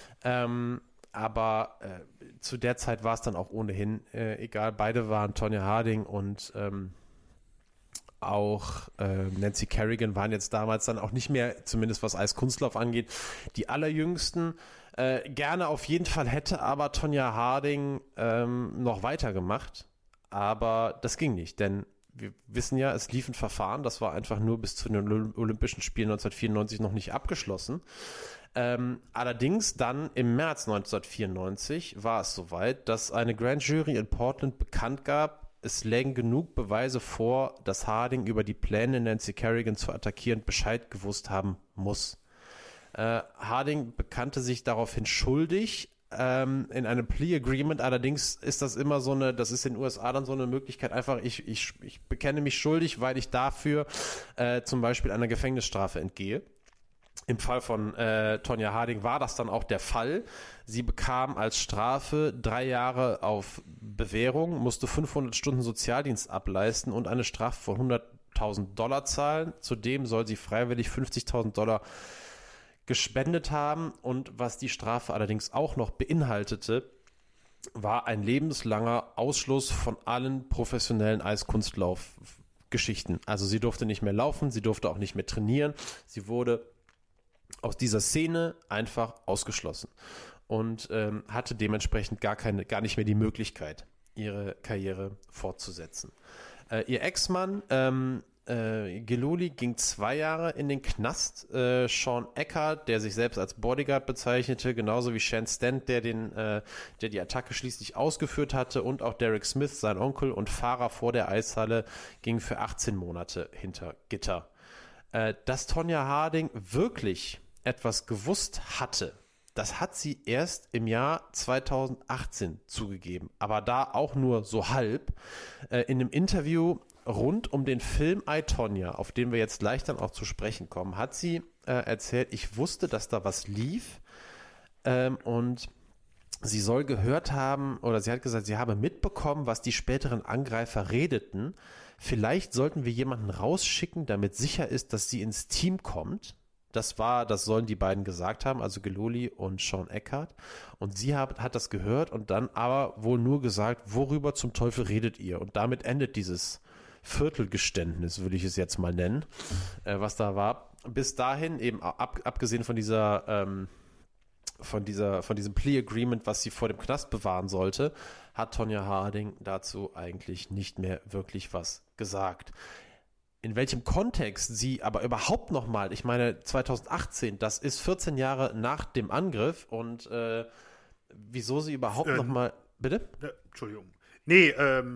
S2: Aber zu der Zeit war es dann auch ohnehin egal. Beide waren, Tonya Harding und auch Nancy Kerrigan, waren jetzt damals dann auch nicht mehr, zumindest was Eiskunstlauf angeht, die allerjüngsten. Gerne auf jeden Fall hätte aber Tonya Harding noch weitergemacht, aber das ging nicht, denn wir wissen ja, es lief ein Verfahren, das war einfach nur bis zu den Olympischen Spielen 1994 noch nicht abgeschlossen. Allerdings dann im März 1994 war es soweit, dass eine Grand Jury in Portland bekannt gab, es lägen genug Beweise vor, dass Harding über die Pläne, Nancy Kerrigan zu attackieren, Bescheid gewusst haben muss. Harding bekannte sich daraufhin schuldig in einem Plea Agreement. Allerdings ist das immer das ist in den USA dann so eine Möglichkeit, einfach ich bekenne mich schuldig, weil ich dafür zum Beispiel einer Gefängnisstrafe entgehe. Im Fall von Tonya Harding war das dann auch der Fall. Sie bekam als Strafe 3 Jahre auf Bewährung, musste 500 Stunden Sozialdienst ableisten und eine Strafe von $100.000 zahlen. Zudem soll sie freiwillig $50.000 gespendet haben. Und was die Strafe allerdings auch noch beinhaltete, war ein lebenslanger Ausschluss von allen professionellen Eiskunstlaufgeschichten. Also sie durfte nicht mehr laufen, sie durfte auch nicht mehr trainieren. Sie wurde aus dieser Szene einfach ausgeschlossen. und hatte dementsprechend gar nicht mehr die Möglichkeit, ihre Karriere fortzusetzen. Ihr Ex-Mann Gillooly ging 2 Jahre in den Knast. Sean Eckhart, der sich selbst als Bodyguard bezeichnete, genauso wie Sean Stent, der die Attacke schließlich ausgeführt hatte, und auch Derek Smith, sein Onkel und Fahrer vor der Eishalle, ging für 18 Monate hinter Gitter. Dass Tonya Harding wirklich etwas gewusst hatte, das hat sie erst im Jahr 2018 zugegeben, aber da auch nur so halb. In einem Interview rund um den Film I, Tonya, auf den wir jetzt gleich dann auch zu sprechen kommen, hat sie erzählt, ich wusste, dass da was lief, und sie soll gehört haben, oder sie hat gesagt, sie habe mitbekommen, was die späteren Angreifer redeten. Vielleicht sollten wir jemanden rausschicken, damit sicher ist, dass sie ins Team kommt. Das sollen die beiden gesagt haben, also Gillooly und Sean Eckhart. Und sie hat das gehört und dann aber wohl nur gesagt, worüber zum Teufel redet ihr? Und damit endet dieses Viertelgeständnis, würde ich es jetzt mal nennen, was da war. Bis dahin eben abgesehen von diesem Plea Agreement, was sie vor dem Knast bewahren sollte, hat Tonya Harding dazu eigentlich nicht mehr wirklich was gesagt. In welchem Kontext sie aber überhaupt nochmal, ich meine 2018, das ist 14 Jahre nach dem Angriff, und wieso sie überhaupt nochmal, bitte?
S1: Entschuldigung. Nee,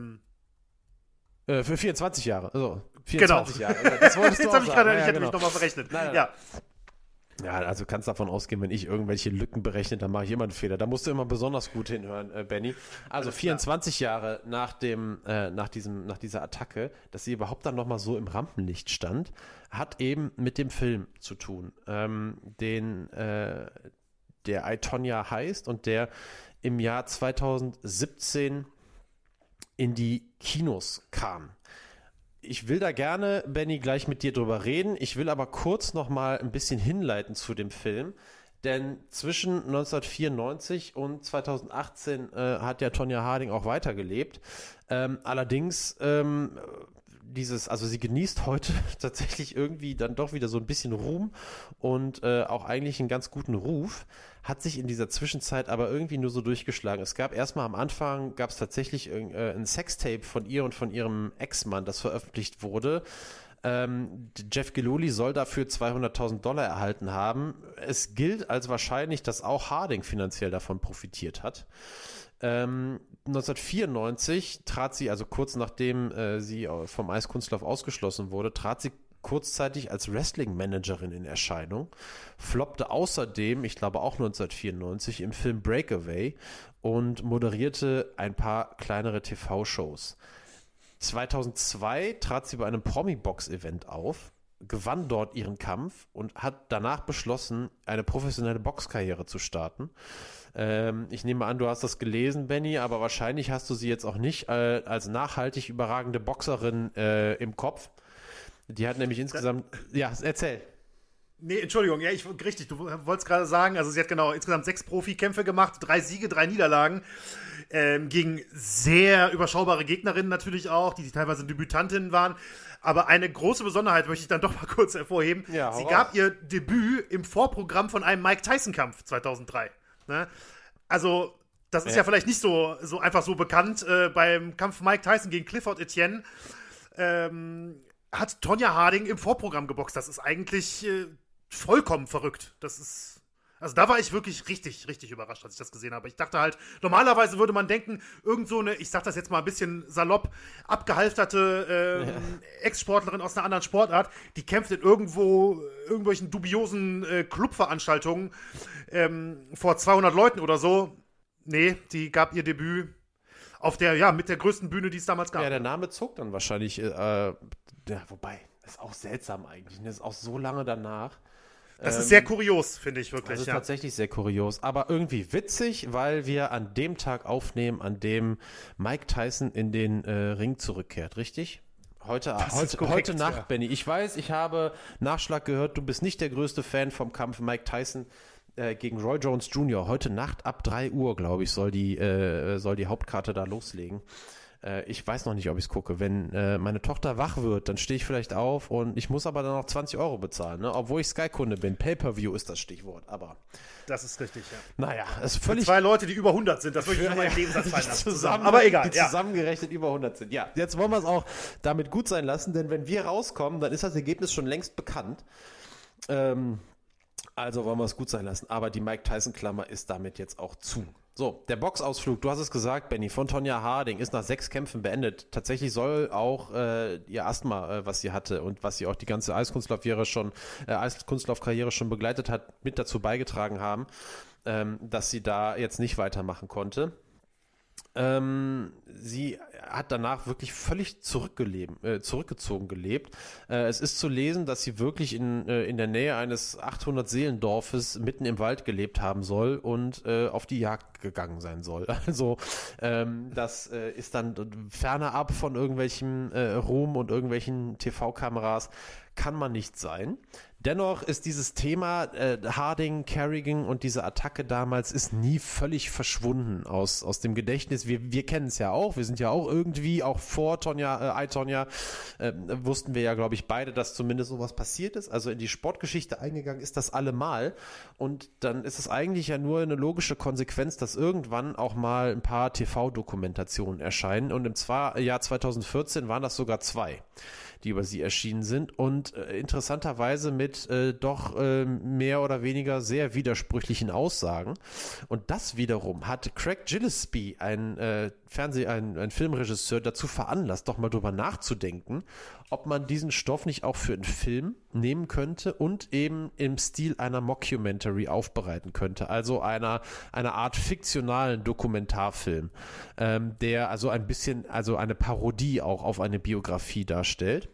S2: für 24 Jahre, also
S1: 24
S2: Jahre. Das wolltest du
S1: jetzt
S2: auch
S1: habe ich gerade,
S2: sagen.
S1: ich hätte mich nochmal verrechnet.
S2: Nein.
S1: Ja.
S2: Ja, also kannst davon ausgehen, wenn ich irgendwelche Lücken berechne, dann mache ich immer einen Fehler. Da musst du immer besonders gut hinhören, Benny. Also 24 Jahre nach dieser Attacke, dass sie überhaupt dann nochmal so im Rampenlicht stand, hat eben mit dem Film zu tun, der I, Tonya heißt und der im Jahr 2017 in die Kinos kam. Ich will da gerne, Benny, gleich mit dir drüber reden. Ich will aber kurz noch mal ein bisschen hinleiten zu dem Film. Denn zwischen 1994 und 2018 hat ja Tonya Harding auch weitergelebt. Allerdings also sie genießt heute tatsächlich irgendwie dann doch wieder so ein bisschen Ruhm und auch eigentlich einen ganz guten Ruf, hat sich in dieser Zwischenzeit aber irgendwie nur so durchgeschlagen. Es gab erstmal am Anfang, gab es tatsächlich ein Sextape von ihr und von ihrem Ex-Mann, das veröffentlicht wurde. Jeff Gillooly soll dafür $200.000 erhalten haben. Es gilt als wahrscheinlich, dass auch Harding finanziell davon profitiert hat. 1994 trat sie, also kurz nachdem sie vom Eiskunstlauf ausgeschlossen wurde, trat sie kurzzeitig als Wrestling-Managerin in Erscheinung, floppte außerdem, ich glaube auch 1994, im Film Breakaway und moderierte ein paar kleinere TV-Shows. 2002 trat sie bei einem Promi-Box-Event auf, gewann dort ihren Kampf und hat danach beschlossen, eine professionelle Boxkarriere zu starten. Ich nehme an, du hast das gelesen, Benny, aber wahrscheinlich hast du sie jetzt auch nicht als nachhaltig überragende Boxerin im Kopf. Die hat nämlich insgesamt... Ja, erzähl.
S1: Nee, Entschuldigung, ja, richtig, du wolltest gerade sagen, also sie hat genau insgesamt 6 Profikämpfe gemacht, 3 Siege, 3 Niederlagen, gegen sehr überschaubare Gegnerinnen natürlich auch, die teilweise Debütantinnen waren. Aber eine große Besonderheit möchte ich dann doch mal kurz hervorheben. Ja, sie gab ihr Debüt im Vorprogramm von einem Mike Tyson-Kampf 2003. Ne? Also, das ist ja vielleicht nicht so einfach so bekannt. Beim Kampf Mike Tyson gegen Clifford Etienne hat Tonya Harding im Vorprogramm geboxt. Das ist eigentlich vollkommen verrückt. Also da war ich wirklich richtig, richtig überrascht, als ich das gesehen habe. Ich dachte halt, normalerweise würde man denken, irgend so eine, ich sag das jetzt mal ein bisschen salopp, abgehalfterte Ex-Sportlerin aus einer anderen Sportart, die kämpft in irgendwelchen dubiosen Clubveranstaltungen vor 200 Leuten oder so. Nee, die gab ihr Debüt auf mit der größten Bühne, die es damals gab.
S2: Ja, der Name zog dann wahrscheinlich, wobei, das ist auch seltsam eigentlich, das ist auch so lange danach.
S1: Das ist sehr kurios, finde ich wirklich.
S2: Das ist tatsächlich sehr kurios, aber irgendwie witzig, weil wir an dem Tag aufnehmen, an dem Mike Tyson in den Ring zurückkehrt, richtig? Heute Nacht, ja. Benny. Ich weiß, ich habe Nachschlag gehört, du bist nicht der größte Fan vom Kampf Mike Tyson gegen Roy Jones Jr. Heute Nacht ab 3 Uhr, glaube ich, soll die Hauptkarte da loslegen. Ich weiß noch nicht, ob ich es gucke. Wenn meine Tochter wach wird, dann stehe ich vielleicht auf und ich muss aber dann noch 20 Euro bezahlen, ne? Obwohl ich Sky-Kunde bin. Pay-Per-View ist das Stichwort, aber...
S1: Das ist richtig, ja.
S2: Naja, es ist völlig...
S1: Für 2 Leute, die über 100 sind, das würde ich noch mal im Nebensatz fallen lassen.
S2: Aber egal, die zusammengerechnet über 100 sind. Ja, jetzt wollen wir es auch damit gut sein lassen, denn wenn wir rauskommen, dann ist das Ergebnis schon längst bekannt. Also wollen wir es gut sein lassen. Aber die Mike Tyson-Klammer ist damit jetzt auch zu. So, der Boxausflug, du hast es gesagt, Benny, von Tonya Harding ist nach 6 Kämpfen beendet. Tatsächlich soll auch ihr Asthma, was sie hatte und was sie auch die ganze Eiskunstlaufkarriere schon begleitet hat, mit dazu beigetragen haben, dass sie da jetzt nicht weitermachen konnte. Sie hat danach wirklich völlig zurückgezogen gelebt. Es ist zu lesen, dass sie wirklich in der Nähe eines 800-Seelendorfes mitten im Wald gelebt haben soll und auf die Jagd gegangen sein soll. Also das ist dann ferner ab von irgendwelchen Ruhm und irgendwelchen TV-Kameras, kann man nicht sein. Dennoch ist dieses Thema Harding, Carrigan und diese Attacke damals ist nie völlig verschwunden aus dem Gedächtnis. Wir kennen es ja auch. Wir sind ja auch irgendwie, auch vor Tonya, wussten wir ja, glaube ich, beide, dass zumindest sowas passiert ist. Also in die Sportgeschichte eingegangen ist das allemal. Und dann ist es eigentlich ja nur eine logische Konsequenz, dass irgendwann auch mal ein paar TV-Dokumentationen erscheinen. Und im Jahr 2014 waren das sogar 2, die über sie erschienen sind und interessanterweise mit doch mehr oder weniger sehr widersprüchlichen Aussagen. Und das wiederum hat Craig Gillespie, ein Filmregisseur, dazu veranlasst, doch mal drüber nachzudenken, ob man diesen Stoff nicht auch für einen Film nehmen könnte und eben im Stil einer Mockumentary aufbereiten könnte. Also einer Art fiktionalen Dokumentarfilm, der also ein bisschen, also eine Parodie auch auf eine Biografie darstellt.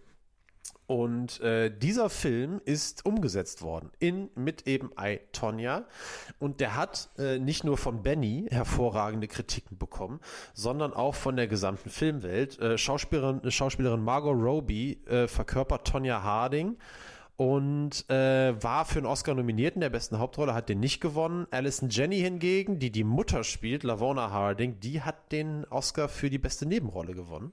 S2: Und dieser Film ist umgesetzt worden mit eben I, Tonya. Und der hat nicht nur von Benny hervorragende Kritiken bekommen, sondern auch von der gesamten Filmwelt. Schauspielerin Margot Robbie verkörpert Tonya Harding und war für einen Oscar nominiert in der besten Hauptrolle, hat den nicht gewonnen. Allison Janney hingegen, die Mutter spielt, Lavona Harding, die hat den Oscar für die beste Nebenrolle gewonnen.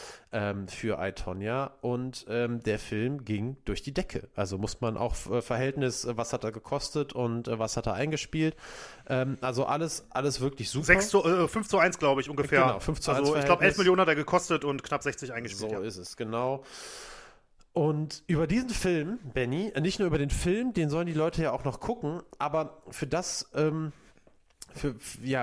S2: Für I, Tonya und der Film ging durch die Decke. Also muss man auch Verhältnis, was hat er gekostet und was hat er eingespielt. Also alles wirklich super.
S1: 5:1, glaube ich, ungefähr.
S2: Genau, 5:1
S1: also ich glaube 11 Millionen hat er gekostet und knapp 60 eingespielt.
S2: So ist es, genau. Und über diesen Film, Benny, nicht nur über den Film, den sollen die Leute ja auch noch gucken, aber für das... für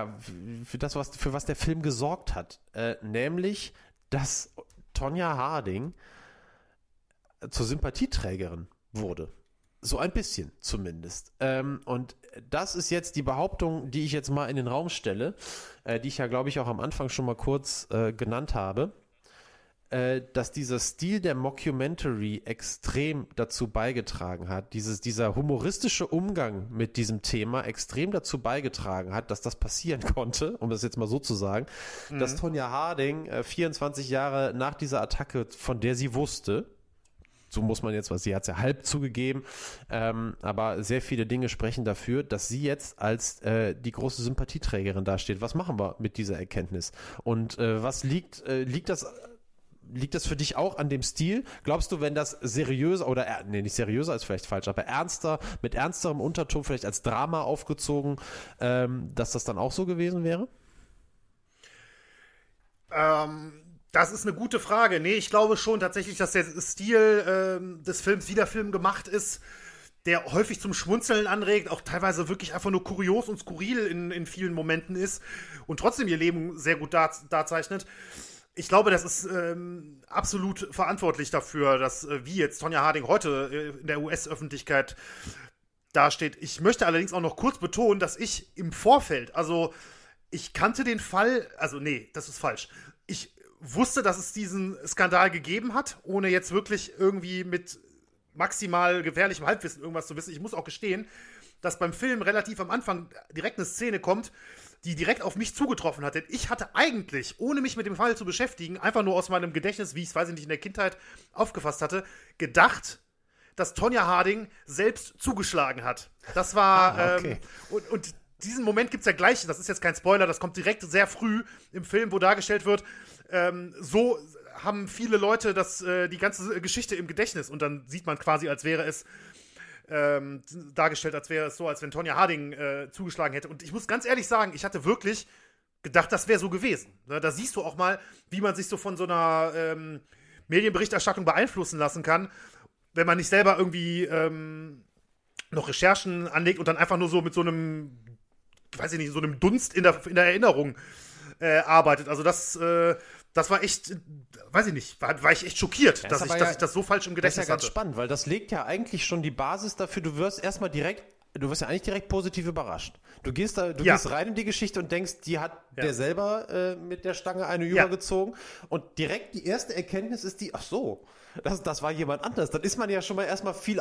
S2: was der Film gesorgt hat, nämlich, dass Tonya Harding zur Sympathieträgerin wurde. So ein bisschen zumindest. Und das ist jetzt die Behauptung, die ich jetzt mal in den Raum stelle, die ich ja, glaube ich, auch am Anfang schon mal kurz genannt habe, dass dieser Stil der Mockumentary extrem dazu beigetragen hat, dieser humoristische Umgang mit diesem Thema extrem dazu beigetragen hat, dass das passieren konnte, um das jetzt mal so zu sagen, dass Tonya Harding 24 Jahre nach dieser Attacke, von der sie wusste, so muss man jetzt, was sie hat es ja halb zugegeben, aber sehr viele Dinge sprechen dafür, dass sie jetzt als die große Sympathieträgerin dasteht. Was machen wir mit dieser Erkenntnis? Und was liegt das für dich auch an dem Stil? Glaubst du, wenn das seriöser oder, nicht seriöser ist vielleicht falsch, aber mit ernsterem Unterton, vielleicht als Drama aufgezogen, dass das dann auch so gewesen wäre?
S1: Das ist eine gute Frage. Nee, ich glaube schon tatsächlich, dass der Stil des Films wie der Film gemacht ist, der häufig zum Schmunzeln anregt, auch teilweise wirklich einfach nur kurios und skurril in vielen Momenten ist und trotzdem ihr Leben sehr gut darzeichnet. Ich glaube, das ist absolut verantwortlich dafür, dass wie jetzt Tonya Harding heute in der US-Öffentlichkeit dasteht. Ich möchte allerdings auch noch kurz betonen, dass ich im Vorfeld, also ich kannte den Fall, also nee, das ist falsch. Ich wusste, dass es diesen Skandal gegeben hat, ohne jetzt wirklich irgendwie mit maximal gefährlichem Halbwissen irgendwas zu wissen. Ich muss auch gestehen, dass beim Film relativ am Anfang direkt eine Szene kommt, die direkt auf mich zugetroffen hat. Denn ich hatte eigentlich, ohne mich mit dem Fall zu beschäftigen, einfach nur aus meinem Gedächtnis, wie ich es, weiß ich nicht, in der Kindheit aufgefasst hatte, gedacht, dass Tonya Harding selbst zugeschlagen hat. Das war,
S2: okay.
S1: Und diesen Moment gibt es ja gleich, das ist jetzt kein Spoiler, das kommt direkt sehr früh im Film, wo dargestellt wird, so haben viele Leute die ganze Geschichte im Gedächtnis und dann sieht man quasi, als wäre es dargestellt, als wäre es so, als wenn Tonya Harding zugeschlagen hätte. Und ich muss ganz ehrlich sagen, ich hatte wirklich gedacht, das wäre so gewesen. Ne? Da siehst du auch mal, wie man sich so von so einer Medienberichterstattung beeinflussen lassen kann, wenn man nicht selber irgendwie noch Recherchen anlegt und dann einfach nur so mit so einem, weiß ich nicht, so einem Dunst in der Erinnerung arbeitet. Also das war echt, weiß ich nicht, war ich echt schockiert, dass ich das so falsch im Gedächtnis hatte.
S2: Das ist ja ganz spannend, weil das legt ja eigentlich schon die Basis dafür, du wirst ja eigentlich direkt positiv überrascht. Du gehst rein in die Geschichte und denkst, die hat der selber mit der Stange eine übergezogen und direkt die erste Erkenntnis ist ach so, das war jemand anders. Dann ist man ja schon mal erstmal viel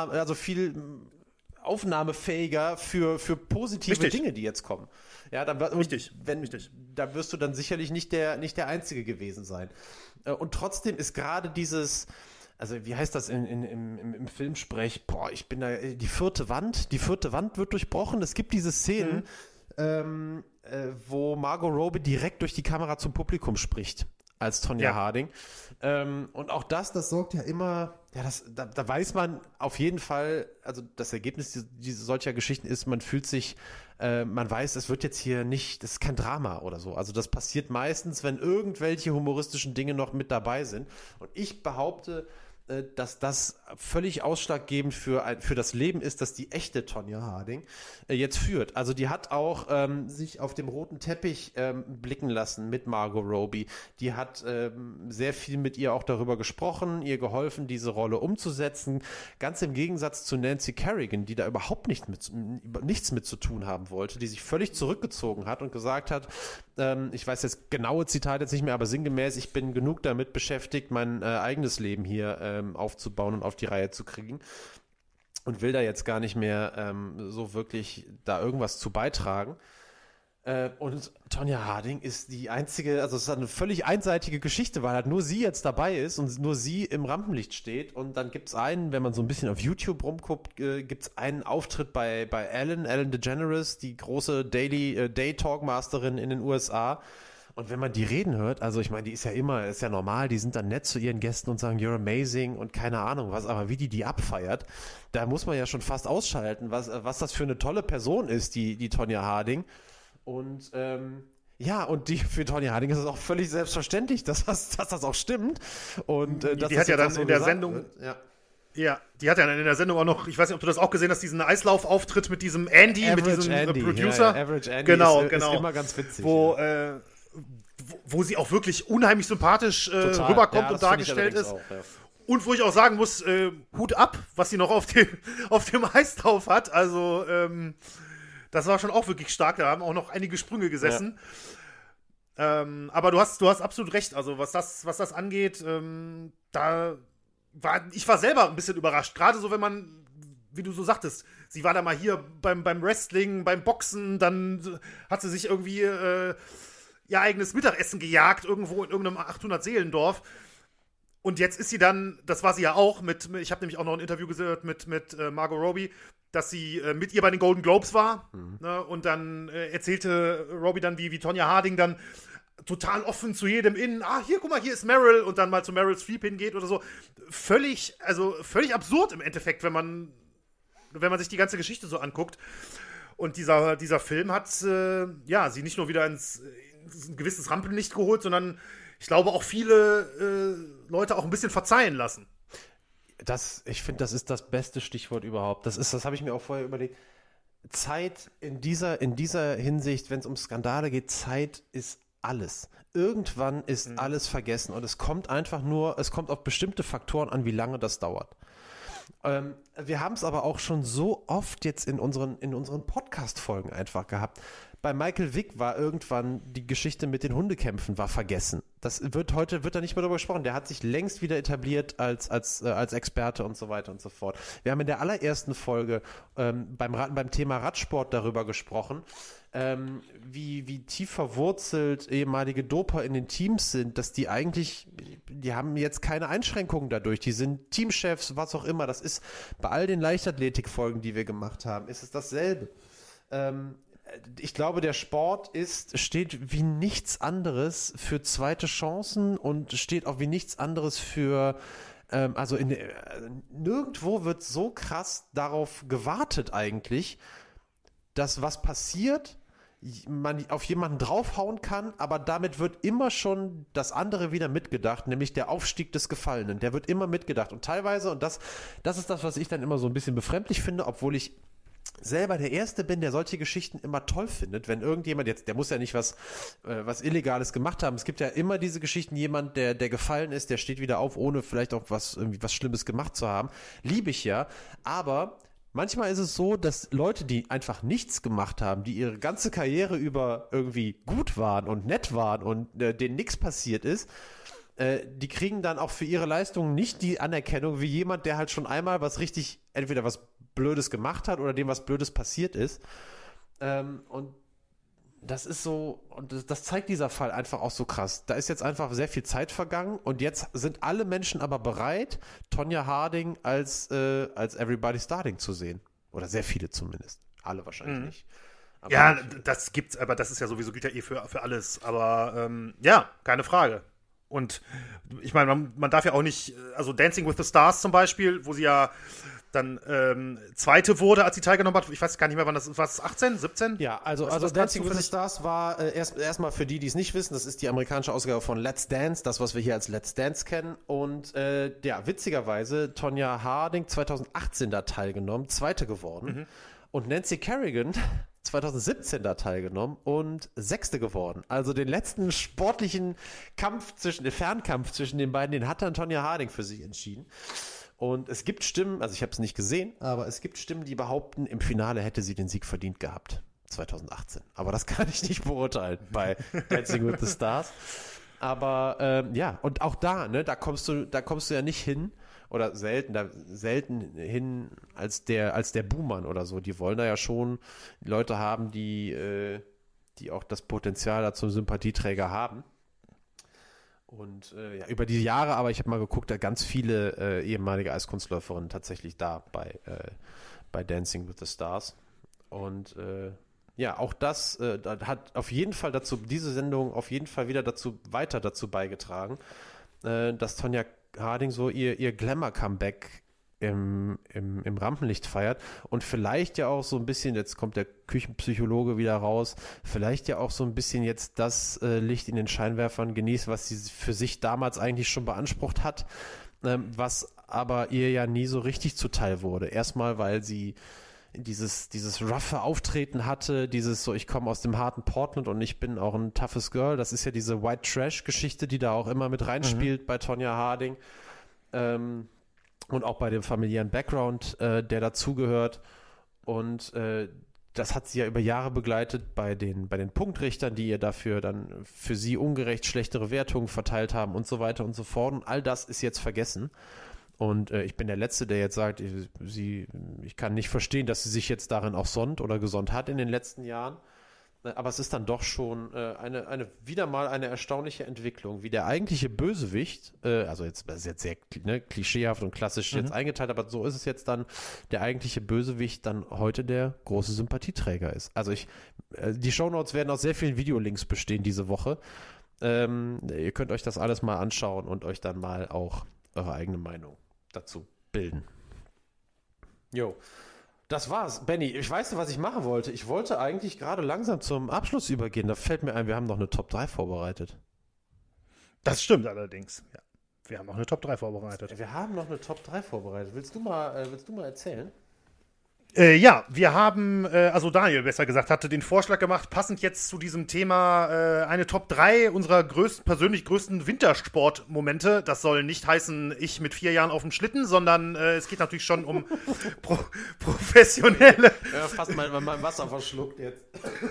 S2: aufnahmefähiger für positive Dinge, die jetzt kommen. Ja, dann Richtig. Da wirst du dann sicherlich nicht der Einzige gewesen sein. Und trotzdem ist gerade dieses, also wie heißt das im Filmsprech? Ich bin da, die vierte Wand wird durchbrochen. Es gibt diese Szenen, wo Margot Robbie direkt durch die Kamera zum Publikum spricht, als Tonya Harding. Und auch das sorgt ja immer, da weiß man auf jeden Fall, also das Ergebnis solcher Geschichten ist, man fühlt sich, man weiß, es wird jetzt hier nicht, das ist kein Drama oder so. Also das passiert meistens, wenn irgendwelche humoristischen Dinge noch mit dabei sind. Und ich behaupte, dass das völlig ausschlaggebend für das Leben ist, das die echte Tonya Harding jetzt führt. Also die hat auch sich auf dem roten Teppich blicken lassen mit Margot Robbie. Die hat sehr viel mit ihr auch darüber gesprochen, ihr geholfen, diese Rolle umzusetzen. Ganz im Gegensatz zu Nancy Kerrigan, die da überhaupt nichts mit zu tun haben wollte, die sich völlig zurückgezogen hat und gesagt hat, ich weiß jetzt genaue Zitat jetzt nicht mehr, aber sinngemäß, ich bin genug damit beschäftigt, mein eigenes Leben hier aufzubauen und auf die Reihe zu kriegen und will da jetzt gar nicht mehr so wirklich da irgendwas zu beitragen. Und Tonya Harding ist die einzige, also es ist eine völlig einseitige Geschichte, weil halt nur sie jetzt dabei ist und nur sie im Rampenlicht steht und dann gibt es wenn man so ein bisschen auf YouTube rumguckt, gibt es einen Auftritt bei Ellen DeGeneres, die große Day-Talkmasterin in den USA. Und wenn man die reden hört, also ich meine, ist ja normal, die sind dann nett zu ihren Gästen und sagen, you're amazing und keine Ahnung was, aber wie die abfeiert, da muss man ja schon fast ausschalten, was das für eine tolle Person ist, die Tonya Harding. Und und für Tonya Harding ist es auch völlig selbstverständlich, dass das auch stimmt. Und
S1: die hat ja dann in der Sendung... Ja, die hat ja dann in der Sendung auch noch, ich weiß nicht, ob du das auch gesehen hast, diesen Eislaufauftritt mit diesem Andy, mit diesem Producer.
S2: Ja, Average Andy
S1: genau.
S2: Ist immer ganz witzig.
S1: Wo sie auch wirklich unheimlich sympathisch rüberkommt und dargestellt ist. Auch, ja. Und wo ich auch sagen muss, Hut ab, was sie noch auf dem Eislauf hat. Also, das war schon auch wirklich stark. Da haben auch noch einige Sprünge gesessen. Ja. Aber du hast absolut recht. Also, was das angeht, ich war selber ein bisschen überrascht. Gerade so, wenn man, wie du so sagtest, sie war da mal hier beim Wrestling, beim Boxen, dann hat sie sich irgendwie ihr eigenes Mittagessen gejagt, irgendwo in irgendeinem 800-Seelendorf. Und jetzt ist sie dann, das war sie ja auch, ich habe nämlich auch noch ein Interview gehört mit Margot Robbie, dass sie mit ihr bei den Golden Globes war. Ne, und dann erzählte Robbie dann, wie Tonya Harding dann total offen zu jedem hier, guck mal, hier ist Meryl und dann mal zu Meryl Streep hingeht oder so. Völlig absurd im Endeffekt, wenn man sich die ganze Geschichte so anguckt. Und dieser Film hat sie nicht nur wieder ein gewisses Rampenlicht geholt, sondern ich glaube auch viele Leute auch ein bisschen verzeihen lassen.
S2: Ich finde, das ist das beste Stichwort überhaupt. Das habe ich mir auch vorher überlegt. Zeit in dieser Hinsicht, wenn es um Skandale geht, Zeit ist alles. Irgendwann ist alles vergessen und es kommt auf bestimmte Faktoren an, wie lange das dauert. Wir haben es aber auch schon so oft jetzt in unseren Podcast-Folgen einfach gehabt. Bei Michael Vick war irgendwann die Geschichte mit den Hundekämpfen war vergessen. Heute wird da nicht mehr darüber gesprochen. Der hat sich längst wieder etabliert als Experte und so weiter und so fort. Wir haben in der allerersten Folge beim Thema Radsport darüber gesprochen, wie tief verwurzelt ehemalige Doper in den Teams sind, dass die haben jetzt keine Einschränkungen dadurch. Die sind Teamchefs, was auch immer. Das ist bei all den Leichtathletikfolgen, die wir gemacht haben, ist es dasselbe. ich glaube, der Sport steht wie nichts anderes für zweite Chancen und steht auch wie nichts anderes für, nirgendwo wird so krass darauf gewartet eigentlich, dass was passiert, man auf jemanden draufhauen kann, aber damit wird immer schon das andere wieder mitgedacht, nämlich der Aufstieg des Gefallenen. Der wird immer mitgedacht. Und teilweise, und das ist das, was ich dann immer so ein bisschen befremdlich finde, obwohl ich selber der Erste bin, der solche Geschichten immer toll findet, wenn irgendjemand jetzt, der muss ja nicht was Illegales gemacht haben. Es gibt ja immer diese Geschichten, jemand, der gefallen ist, der steht wieder auf, ohne vielleicht auch irgendwie was Schlimmes gemacht zu haben. Liebe ich ja, aber manchmal ist es so, dass Leute, die einfach nichts gemacht haben, die ihre ganze Karriere über irgendwie gut waren und nett waren und denen nichts passiert ist, die kriegen dann auch für ihre Leistungen nicht die Anerkennung wie jemand, der halt schon einmal entweder was Blödes gemacht hat oder dem was Blödes passiert ist. Und das ist so, und das zeigt dieser Fall einfach auch so krass. Da ist jetzt einfach sehr viel Zeit vergangen und jetzt sind alle Menschen aber bereit, Tonya Harding als Everybody's Darling zu sehen. Oder sehr viele zumindest. Alle wahrscheinlich nicht. Aber
S1: ja, das gibt's, aber das ist ja sowieso, gilt ja für alles. Aber ja, keine Frage. Und ich meine, man darf ja auch nicht, also Dancing with the Stars zum Beispiel, wo sie ja dann Zweite wurde, als sie teilgenommen hat. Ich weiß gar nicht mehr, wann das war. 18, 17?
S2: Ja, also Dancing with the Stars war erstmal für die es nicht wissen, das ist die amerikanische Ausgabe von Let's Dance, das, was wir hier als Let's Dance kennen. Und witzigerweise, Tonya Harding 2018 da teilgenommen, Zweite geworden. Und Nancy Kerrigan 2017 da teilgenommen und Sechste geworden. Also den letzten sportlichen Fernkampf zwischen den beiden, den hat dann Tonya Harding für sich entschieden. Und es gibt Stimmen, also ich habe es nicht gesehen, aber es gibt Stimmen, die behaupten, im Finale hätte sie den Sieg verdient gehabt, 2018. Aber das kann ich nicht beurteilen bei Dancing with the Stars. Aber und auch da, ne, da kommst du ja nicht hin, oder selten hin als der Buhmann oder so. Die wollen da ja schon Leute haben, die auch das Potenzial da zum Sympathieträger haben. Und über die Jahre, aber ich habe mal geguckt, da ganz viele ehemalige Eiskunstläuferinnen tatsächlich da bei Dancing with the Stars. Und auch das hat auf jeden Fall diese Sendung auf jeden Fall wieder weiter dazu beigetragen, dass Tonya Harding so ihr Glamour-Comeback im Rampenlicht feiert und vielleicht ja auch so ein bisschen, jetzt kommt der Küchenpsychologe wieder raus, vielleicht ja auch so ein bisschen jetzt das Licht in den Scheinwerfern genießt, was sie für sich damals eigentlich schon beansprucht hat, was aber ihr ja nie so richtig zuteil wurde. Erstmal, weil sie dieses roughe Auftreten hatte, dieses so, ich komme aus dem harten Portland und ich bin auch ein toughes Girl. Das ist ja diese White Trash-Geschichte, die da auch immer mit reinspielt bei Tonya Harding. Und auch bei dem familiären Background, der dazugehört. Und das hat sie ja über Jahre begleitet bei den Punktrichtern, die ihr dafür dann für sie ungerecht schlechtere Wertungen verteilt haben und so weiter und so fort. Und all das ist jetzt vergessen. Und ich bin der Letzte, der jetzt sagt, ich kann nicht verstehen, dass sie sich jetzt darin auch gesonnt hat in den letzten Jahren. Aber es ist dann doch schon wieder mal eine erstaunliche Entwicklung, wie der eigentliche Bösewicht, also jetzt, das ist jetzt sehr klischeehaft und klassisch jetzt eingeteilt, aber so ist es jetzt dann, der eigentliche Bösewicht dann heute der große Sympathieträger ist. Also die Shownotes werden aus sehr vielen Videolinks bestehen diese Woche. Ihr könnt euch das alles mal anschauen und euch dann mal auch eure eigene Meinung dazu bilden. Jo. Das war's, Benny. Ich weiß nicht, was ich machen wollte. Ich wollte eigentlich gerade langsam zum Abschluss übergehen. Da fällt mir ein, wir haben noch eine Top 3 vorbereitet.
S1: Das stimmt allerdings. Ja. Wir haben noch eine Top 3 vorbereitet.
S2: Wir haben noch eine Top 3 vorbereitet. Willst du mal erzählen?
S1: Ja, wir haben, also Daniel besser gesagt, hatte den Vorschlag gemacht, passend jetzt zu diesem Thema eine Top 3 unserer persönlich größten Wintersportmomente. Das soll nicht heißen, ich mit 4 Jahren auf dem Schlitten, sondern es geht natürlich schon um professionelle...
S2: Ja, fast mal Wasser verschluckt jetzt.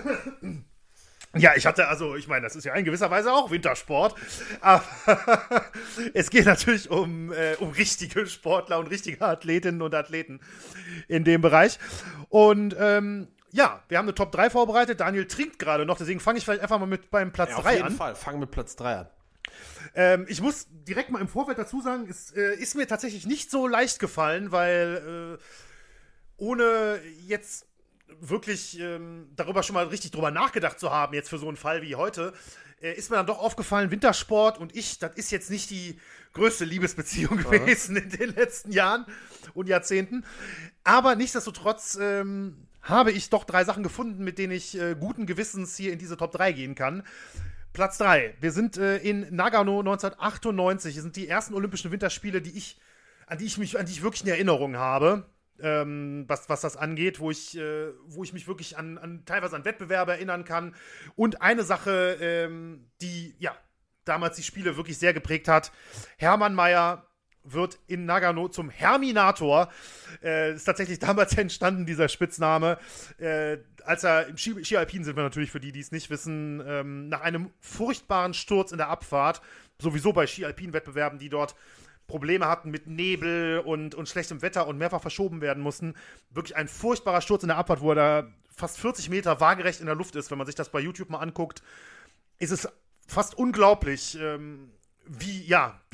S1: Ja, ich meine, das ist ja in gewisser Weise auch Wintersport, aber es geht natürlich um richtige Sportler und richtige Athletinnen und Athleten in dem Bereich. Und wir haben eine Top 3 vorbereitet. Daniel trinkt gerade noch, deswegen fange ich vielleicht einfach mal beim Platz 3 an. Auf
S2: jeden Fall, fang mit Platz 3 an.
S1: Ich muss direkt mal im Vorfeld dazu sagen, es ist mir tatsächlich nicht so leicht gefallen, weil ohne jetzt wirklich darüber schon mal richtig drüber nachgedacht zu haben, jetzt für so einen Fall wie heute, ist mir dann doch aufgefallen, Wintersport und ich, das ist jetzt nicht die größte Liebesbeziehung gewesen in den letzten Jahren und Jahrzehnten. Aber nichtsdestotrotz habe ich doch 3 Sachen gefunden, mit denen ich guten Gewissens hier in diese Top 3 gehen kann. Platz 3. Wir sind in Nagano 1998. Das sind die ersten Olympischen Winterspiele, an die ich wirklich eine Erinnerung habe. Was das angeht, wo ich mich wirklich teilweise an Wettbewerbe erinnern kann. Und eine Sache, die damals die Spiele wirklich sehr geprägt hat: Hermann Maier wird in Nagano zum Herminator. Ist tatsächlich damals entstanden, dieser Spitzname. Als er im Ski Alpin sind wir natürlich, für die es nicht wissen, nach einem furchtbaren Sturz in der Abfahrt, sowieso bei Ski Alpin Wettbewerben, die dort Probleme hatten mit Nebel und schlechtem Wetter und mehrfach verschoben werden mussten. Wirklich ein furchtbarer Sturz in der Abfahrt, wo er da fast 40 Meter waagerecht in der Luft ist. Wenn man sich das bei YouTube mal anguckt, ist es fast unglaublich, wie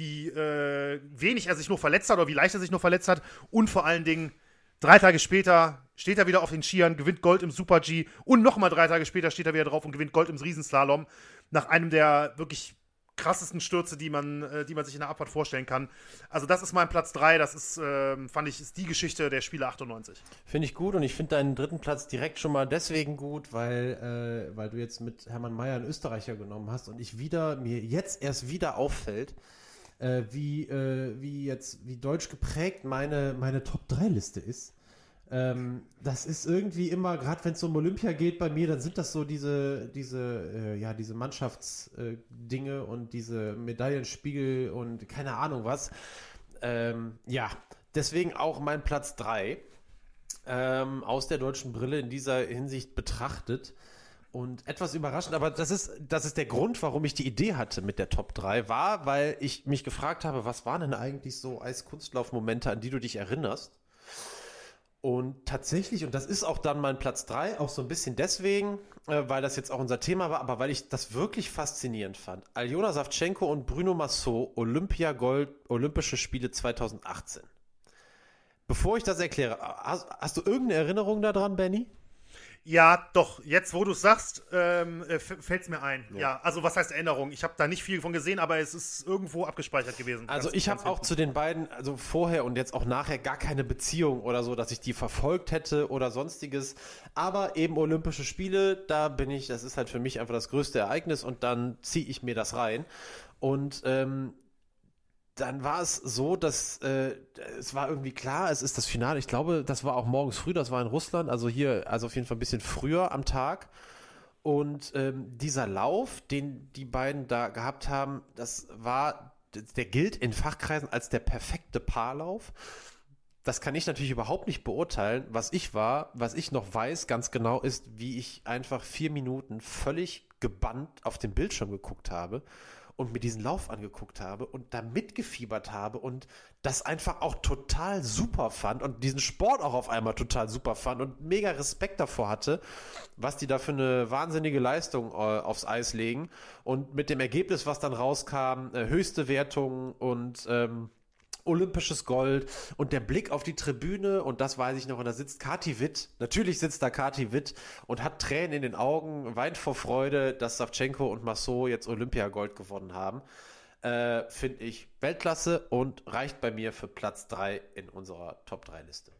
S1: wenig er sich nur verletzt hat oder wie leicht er sich nur verletzt hat. Und vor allen Dingen, 3 Tage später steht er wieder auf den Skiern, gewinnt Gold im Super-G und nochmal 3 Tage später steht er wieder drauf und gewinnt Gold im Riesenslalom. Nach einem der wirklich krassesten Stürze, die man sich in der Abfahrt vorstellen kann. Also das ist mein Platz 3, das ist, ist die Geschichte der Spiele 98.
S2: Finde ich gut und ich finde deinen 3. Platz direkt schon mal deswegen gut, weil du jetzt mit Hermann Maier einen Österreicher genommen hast und mir jetzt erst wieder auffällt, wie deutsch geprägt meine Top-3-Liste ist. Das ist irgendwie immer, gerade wenn es um Olympia geht bei mir, dann sind das so diese Mannschaftsdinge und diese Medaillenspiegel und keine Ahnung was. Deswegen auch mein Platz 3 aus der deutschen Brille in dieser Hinsicht betrachtet. Und etwas überraschend, aber das ist der Grund, warum ich die Idee hatte mit der Top 3, war, weil ich mich gefragt habe, was waren denn eigentlich so Eiskunstlauf-Momente, an die du dich erinnerst? Und tatsächlich, und das ist auch dann mein Platz 3, auch so ein bisschen deswegen, weil das jetzt auch unser Thema war, aber weil ich das wirklich faszinierend fand. Aljona Savchenko und Bruno Massot, Olympiagold, Olympische Spiele 2018. Bevor ich das erkläre, hast du irgendeine Erinnerung daran, Benny?
S1: Ja, doch. Jetzt, wo du es sagst, fällt es mir ein. Ja, also was heißt Erinnerung? Ich habe da nicht viel von gesehen, aber es ist irgendwo abgespeichert gewesen.
S2: Also ich habe auch zu den beiden, also vorher und jetzt auch nachher, gar keine Beziehung oder so, dass ich die verfolgt hätte oder sonstiges. Aber eben Olympische Spiele, das ist halt für mich einfach das größte Ereignis und dann ziehe ich mir das rein. Und dann war es so, dass es war irgendwie klar, es ist das Finale. Ich glaube, das war auch morgens früh, das war in Russland, also auf jeden Fall ein bisschen früher am Tag. Und dieser Lauf, den die beiden da gehabt haben, der gilt in Fachkreisen als der perfekte Paarlauf. Das kann ich natürlich überhaupt nicht beurteilen. Was ich noch weiß ganz genau ist, wie ich einfach 4 Minuten völlig gebannt auf den Bildschirm geguckt habe und mir diesen Lauf angeguckt habe und da mitgefiebert habe und das einfach auch total super fand und diesen Sport auch auf einmal total super fand und mega Respekt davor hatte, was die da für eine wahnsinnige Leistung aufs Eis legen. Und mit dem Ergebnis, was dann rauskam, höchste Wertung und olympisches Gold und der Blick auf die Tribüne, und das weiß ich noch, und da sitzt Kati Witt, natürlich sitzt da Kati Witt und hat Tränen in den Augen, weint vor Freude, dass Savchenko und Massot jetzt Olympiagold gewonnen haben. Finde ich Weltklasse und reicht bei mir für Platz 3 in unserer Top-3-Liste.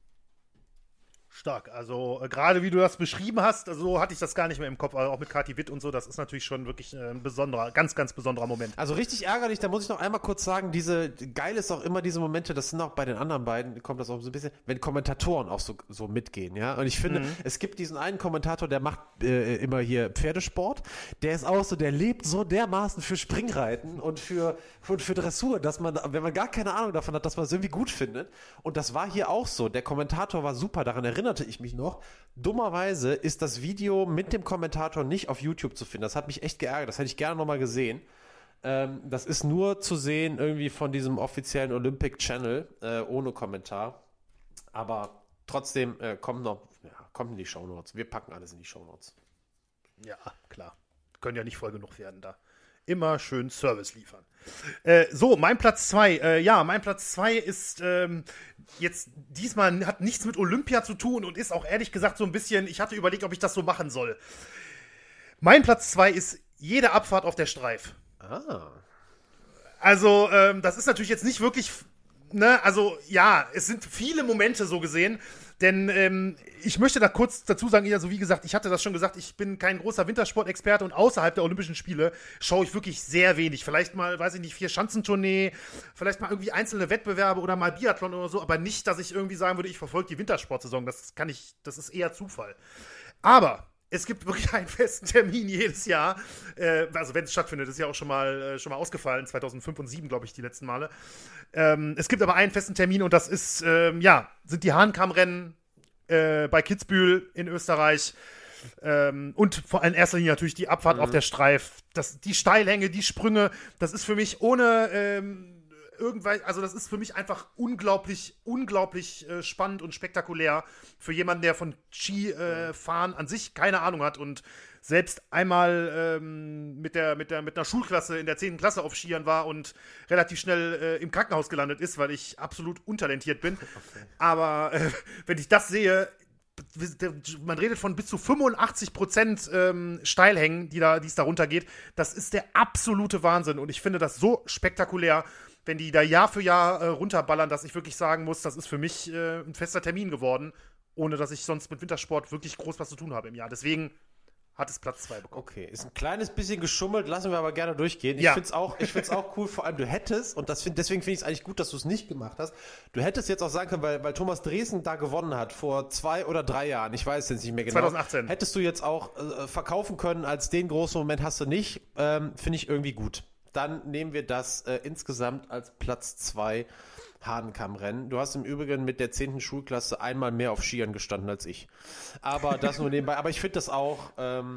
S1: Stark, also gerade wie du das beschrieben hast, so hatte ich das gar nicht mehr im Kopf, also auch mit Kati Witt und so, das ist natürlich schon wirklich ein besonderer, ganz, ganz besonderer Moment.
S2: Also richtig ärgerlich, da muss ich noch einmal kurz sagen, geil ist auch immer diese Momente, das sind auch bei den anderen beiden, kommt das auch so ein bisschen, wenn Kommentatoren auch so mitgehen, ja, und ich finde, es gibt diesen einen Kommentator, der macht immer hier Pferdesport, der ist auch so, der lebt so dermaßen für Springreiten und für Dressur, dass man, wenn man gar keine Ahnung davon hat, dass man es irgendwie gut findet, und das war hier auch so, der Kommentator war super, daran erinnerte ich mich noch. Dummerweise ist das Video mit dem Kommentator nicht auf YouTube zu finden. Das hat mich echt geärgert. Das hätte ich gerne nochmal gesehen. Das ist nur zu sehen irgendwie von diesem offiziellen Olympic Channel ohne Kommentar. Aber trotzdem kommt in die Shownotes. Wir packen alles in die Shownotes.
S1: Ja, klar. Können ja nicht voll genug werden da. Immer schön Service liefern. So, mein Platz 2. Mein Platz 2 ist jetzt diesmal hat nichts mit Olympia zu tun und ist auch ehrlich gesagt so ein bisschen, ich hatte überlegt, ob ich das so machen soll. Mein Platz 2 ist jede Abfahrt auf der Streif. Also, das ist natürlich jetzt nicht wirklich, ne, also ja, es sind viele Momente so gesehen, denn ich möchte da kurz dazu sagen, also wie gesagt, ich hatte das schon gesagt, ich bin kein großer Wintersportexperte und außerhalb der Olympischen Spiele schaue ich wirklich sehr wenig. Vielleicht mal, weiß ich nicht, 4-Schanzentournee, vielleicht mal irgendwie einzelne Wettbewerbe oder mal Biathlon oder so, aber nicht, dass ich irgendwie sagen würde, ich verfolge die Wintersportsaison, das ist eher Zufall. Aber es gibt wirklich einen festen Termin jedes Jahr, also wenn es stattfindet, ist ja auch schon mal ausgefallen, 2005 und 2007, glaube ich, die letzten Male. Es gibt aber einen festen Termin und das ist, sind die Hahnkammrennen bei Kitzbühel in Österreich und vor allem in erster Linie natürlich die Abfahrt auf der Streif, die Steilhänge, die Sprünge, das ist für mich ohne also das ist für mich einfach unglaublich spannend und spektakulär für jemanden, der von Skifahren an sich keine Ahnung hat und selbst einmal mit einer Schulklasse in der 10. Klasse auf Skiern war und relativ schnell im Krankenhaus gelandet ist, weil ich absolut untalentiert bin. Okay. Aber wenn ich das sehe, man redet von bis zu 85% Steilhängen, die es da runtergeht. Das ist der absolute Wahnsinn und ich finde das so spektakulär, wenn die da Jahr für Jahr runterballern, dass ich wirklich sagen muss, das ist für mich ein fester Termin geworden, ohne dass ich sonst mit Wintersport wirklich groß was zu tun habe im Jahr. Deswegen hat es Platz 2 bekommen.
S2: Okay, ist ein kleines bisschen geschummelt, lassen wir aber gerne durchgehen.
S1: Ja.
S2: Ich find's auch cool, vor allem du hättest, und deswegen finde ich es eigentlich gut, dass du es nicht gemacht hast, du hättest jetzt auch sagen können, weil Thomas Dresen da gewonnen hat, vor 2 oder 3 Jahren, ich weiß jetzt nicht mehr genau.
S1: 2018.
S2: Hättest du jetzt auch verkaufen können, als den großen Moment hast du nicht, finde ich irgendwie gut. Dann nehmen wir das insgesamt als Platz 2 Hahnkammrennen. Du hast im Übrigen mit der 10. Schulklasse einmal mehr auf Skiern gestanden als ich. Aber das nur nebenbei. Aber ich finde das auch